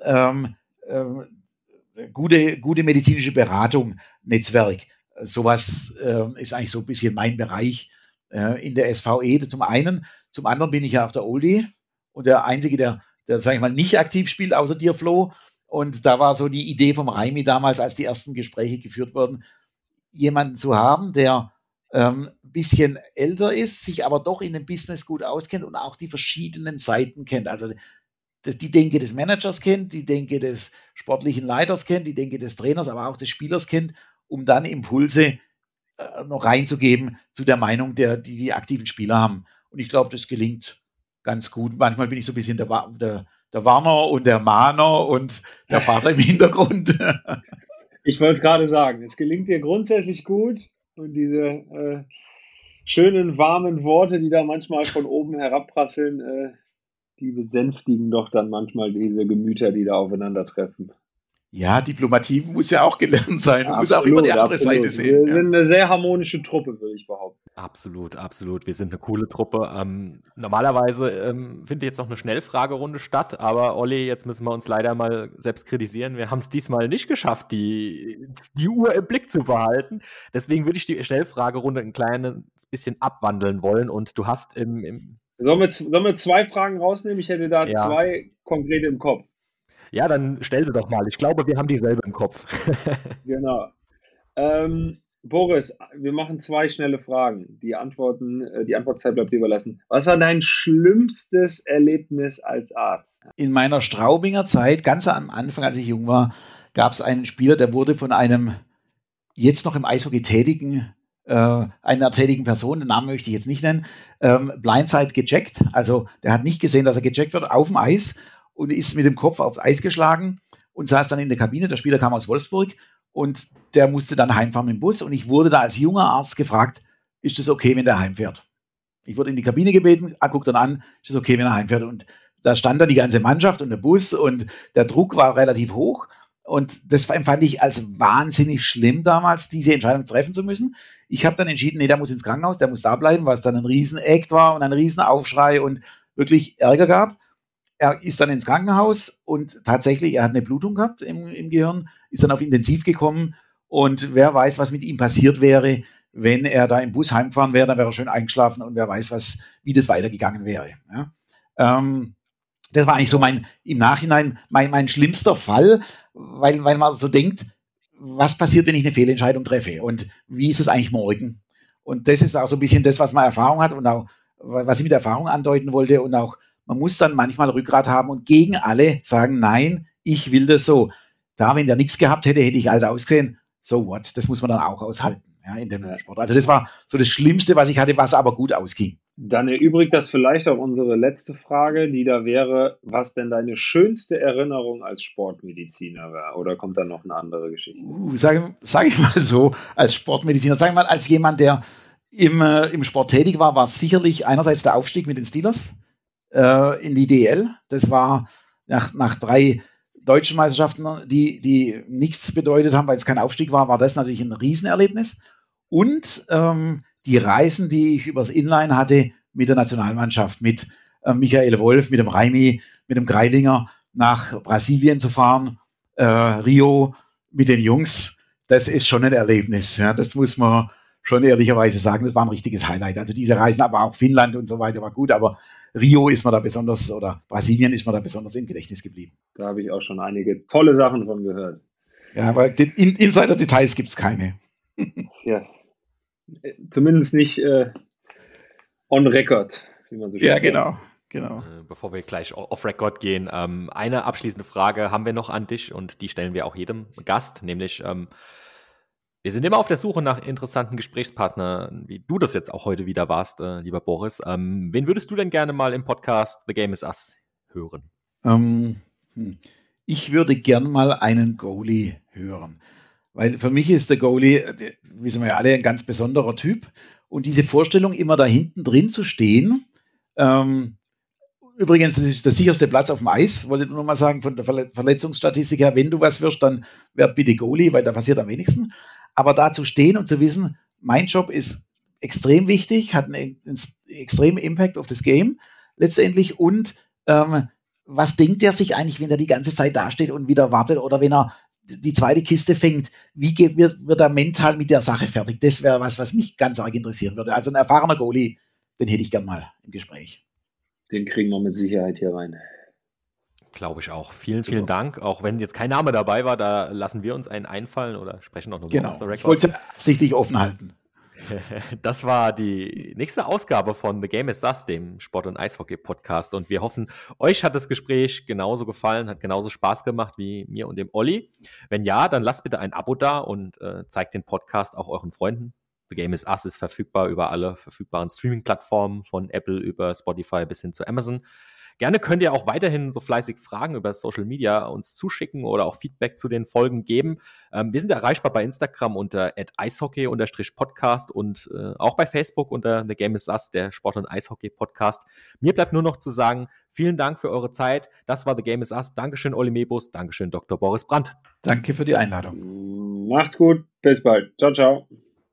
gute medizinische Beratung, Netzwerk. Sowas ist eigentlich so ein bisschen mein Bereich in der SVE zum einen. Zum anderen bin ich ja auch der Oldie und der Einzige, der sage ich mal, nicht aktiv spielt, außer dir, Flo. Und da war so die Idee vom Raimi damals, als die ersten Gespräche geführt wurden, jemanden zu haben, der ein bisschen älter ist, sich aber doch in dem Business gut auskennt und auch die verschiedenen Seiten kennt. Also die Denke des Managers kennt, die Denke des sportlichen Leiters kennt, die Denke des Trainers, aber auch des Spielers kennt, um dann Impulse noch reinzugeben zu der Meinung, die aktiven Spieler haben. Und ich glaube, das gelingt ganz gut. Manchmal bin ich so ein bisschen der Warner und der Mahner und der Vater im Hintergrund. Ich wollte es gerade sagen, es gelingt dir grundsätzlich gut. Und diese schönen, warmen Worte, die da manchmal von oben herabprasseln, die besänftigen doch dann manchmal diese Gemüter, die da aufeinandertreffen. Ja, Diplomatie muss ja auch gelernt sein. Man muss auch immer die andere Seite sehen. Wir sind eine sehr harmonische Truppe, würde ich behaupten. Absolut. Wir sind eine coole Truppe. Normalerweise findet jetzt noch eine Schnellfragerunde statt, aber Olli, jetzt müssen wir uns leider mal selbst kritisieren. Wir haben es diesmal nicht geschafft, die Uhr im Blick zu behalten. Deswegen würde ich die Schnellfragerunde ein kleines bisschen abwandeln wollen und du hast Sollen wir 2 Fragen rausnehmen? Ich hätte da 2 konkrete im Kopf. Ja, dann stell sie doch mal. Ich glaube, wir haben dieselbe im Kopf. Genau. Boris, wir machen 2 schnelle Fragen. Die Antwortzeit bleibt dir überlassen. Was war dein schlimmstes Erlebnis als Arzt? In meiner Straubinger Zeit, ganz am Anfang, als ich jung war, gab es einen Spieler, der wurde von einem jetzt noch im Eishockey einer tätigen Person, den Namen möchte ich jetzt nicht nennen, Blindside gecheckt. Also der hat nicht gesehen, dass er gecheckt wird auf dem Eis und ist mit dem Kopf auf Eis geschlagen und saß dann in der Kabine. Der Spieler kam aus Wolfsburg und der musste dann heimfahren im Bus und ich wurde da als junger Arzt gefragt, ist das okay, wenn der heimfährt? Ich wurde in die Kabine gebeten, guckt dann an, ist das okay, wenn er heimfährt? Und da stand dann die ganze Mannschaft und der Bus und der Druck war relativ hoch. Und das empfand ich als wahnsinnig schlimm damals, diese Entscheidung treffen zu müssen. Ich habe dann entschieden, nee, der muss ins Krankenhaus, der muss da bleiben, was dann ein Riesen-Act war und ein Riesenaufschrei und wirklich Ärger gab. Er ist dann ins Krankenhaus und tatsächlich, er hat eine Blutung gehabt im Gehirn, ist dann auf Intensiv gekommen und wer weiß, was mit ihm passiert wäre, wenn er da im Bus heimgefahren wäre, dann wäre er schön eingeschlafen und wer weiß, wie das weitergegangen wäre. Ja. Das war eigentlich so im Nachhinein mein schlimmster Fall, weil man so denkt, was passiert, wenn ich eine Fehlentscheidung treffe und wie ist es eigentlich morgen? Und das ist auch so ein bisschen das, was man Erfahrung hat und auch, was ich mit Erfahrung andeuten wollte und auch, man muss dann manchmal Rückgrat haben und gegen alle sagen, nein, ich will das so. Da, wenn der nichts gehabt hätte, hätte ich alt ausgesehen. So what? Das muss man dann auch aushalten, ja, in dem Sport. Also das war so das Schlimmste, was ich hatte, was aber gut ausging. Dann erübrigt das vielleicht auch unsere letzte Frage, die da wäre, was denn deine schönste Erinnerung als Sportmediziner war? Oder kommt da noch eine andere Geschichte? Sag ich mal so, als Sportmediziner, sag ich mal, als jemand, der im Sport tätig war, war es sicherlich einerseits der Aufstieg mit den Steelers in die DEL. Das war nach 3 deutschen Meisterschaften, die nichts bedeutet haben, weil es kein Aufstieg war das natürlich ein Riesenerlebnis. Und die Reisen, die ich übers Inline hatte mit der Nationalmannschaft, mit Michael Wolf, mit dem Raimi, mit dem Greilinger nach Brasilien zu fahren, Rio mit den Jungs, das ist schon ein Erlebnis. Ja, das muss man schon ehrlicherweise sagen, das war ein richtiges Highlight. Also diese Reisen, aber auch Finnland und so weiter war gut, aber Rio ist mir da besonders, oder Brasilien ist mir da besonders im Gedächtnis geblieben. Da habe ich auch schon einige tolle Sachen von gehört. Ja, aber Insider-Details gibt es keine. Ja, zumindest nicht on record, wie man so schön sagt. Ja, genau. Bevor wir gleich off record gehen, eine abschließende Frage haben wir noch an dich und die stellen wir auch jedem Gast, nämlich wir sind immer auf der Suche nach interessanten Gesprächspartnern, wie du das jetzt auch heute wieder warst, lieber Boris. Wen würdest du denn gerne mal im Podcast The Game is Us hören? Ich würde gern mal einen Goalie hören, weil für mich ist der Goalie, wissen wir ja alle, ein ganz besonderer Typ und diese Vorstellung, immer da hinten drin zu stehen, übrigens, das ist der sicherste Platz auf dem Eis, wollte ich nur mal sagen, von der Verletzungsstatistik her, wenn du was wirst, dann werd bitte Goalie, weil da passiert am wenigsten. Aber da zu stehen und zu wissen, mein Job ist extrem wichtig, hat einen extremen Impact auf das Game letztendlich und was denkt er sich eigentlich, wenn er die ganze Zeit dasteht und wieder wartet oder wenn er die zweite Kiste fängt, wie wird er mental mit der Sache fertig? Das wäre was mich ganz arg interessieren würde. Also ein erfahrener Goalie, den hätte ich gern mal im Gespräch. Den kriegen wir mit Sicherheit hier rein. Glaube ich auch. Vielen Dank. Auch wenn jetzt kein Name dabei war, da lassen wir uns einen einfallen oder sprechen auch noch genau. Ich wollte es absichtlich offen halten. Das war die nächste Ausgabe von The Game is Us, dem Sport- und Eishockey-Podcast. Und wir hoffen, euch hat das Gespräch genauso gefallen, hat genauso Spaß gemacht wie mir und dem Olli. Wenn ja, dann lasst bitte ein Abo da und zeigt den Podcast auch euren Freunden. The Game is Us ist verfügbar über alle verfügbaren Streaming-Plattformen, von Apple über Spotify bis hin zu Amazon. Gerne könnt ihr auch weiterhin so fleißig Fragen über Social Media uns zuschicken oder auch Feedback zu den Folgen geben. Wir sind erreichbar bei Instagram unter @eishockey_podcast und auch bei Facebook unter The Game is Us, der Sport- und Eishockey-Podcast. Mir bleibt nur noch zu sagen, vielen Dank für eure Zeit. Das war The Game is Us. Dankeschön, Olli Mebus. Dankeschön, Dr. Boris Brandt. Danke für die Einladung. Macht's gut. Bis bald. Ciao, ciao.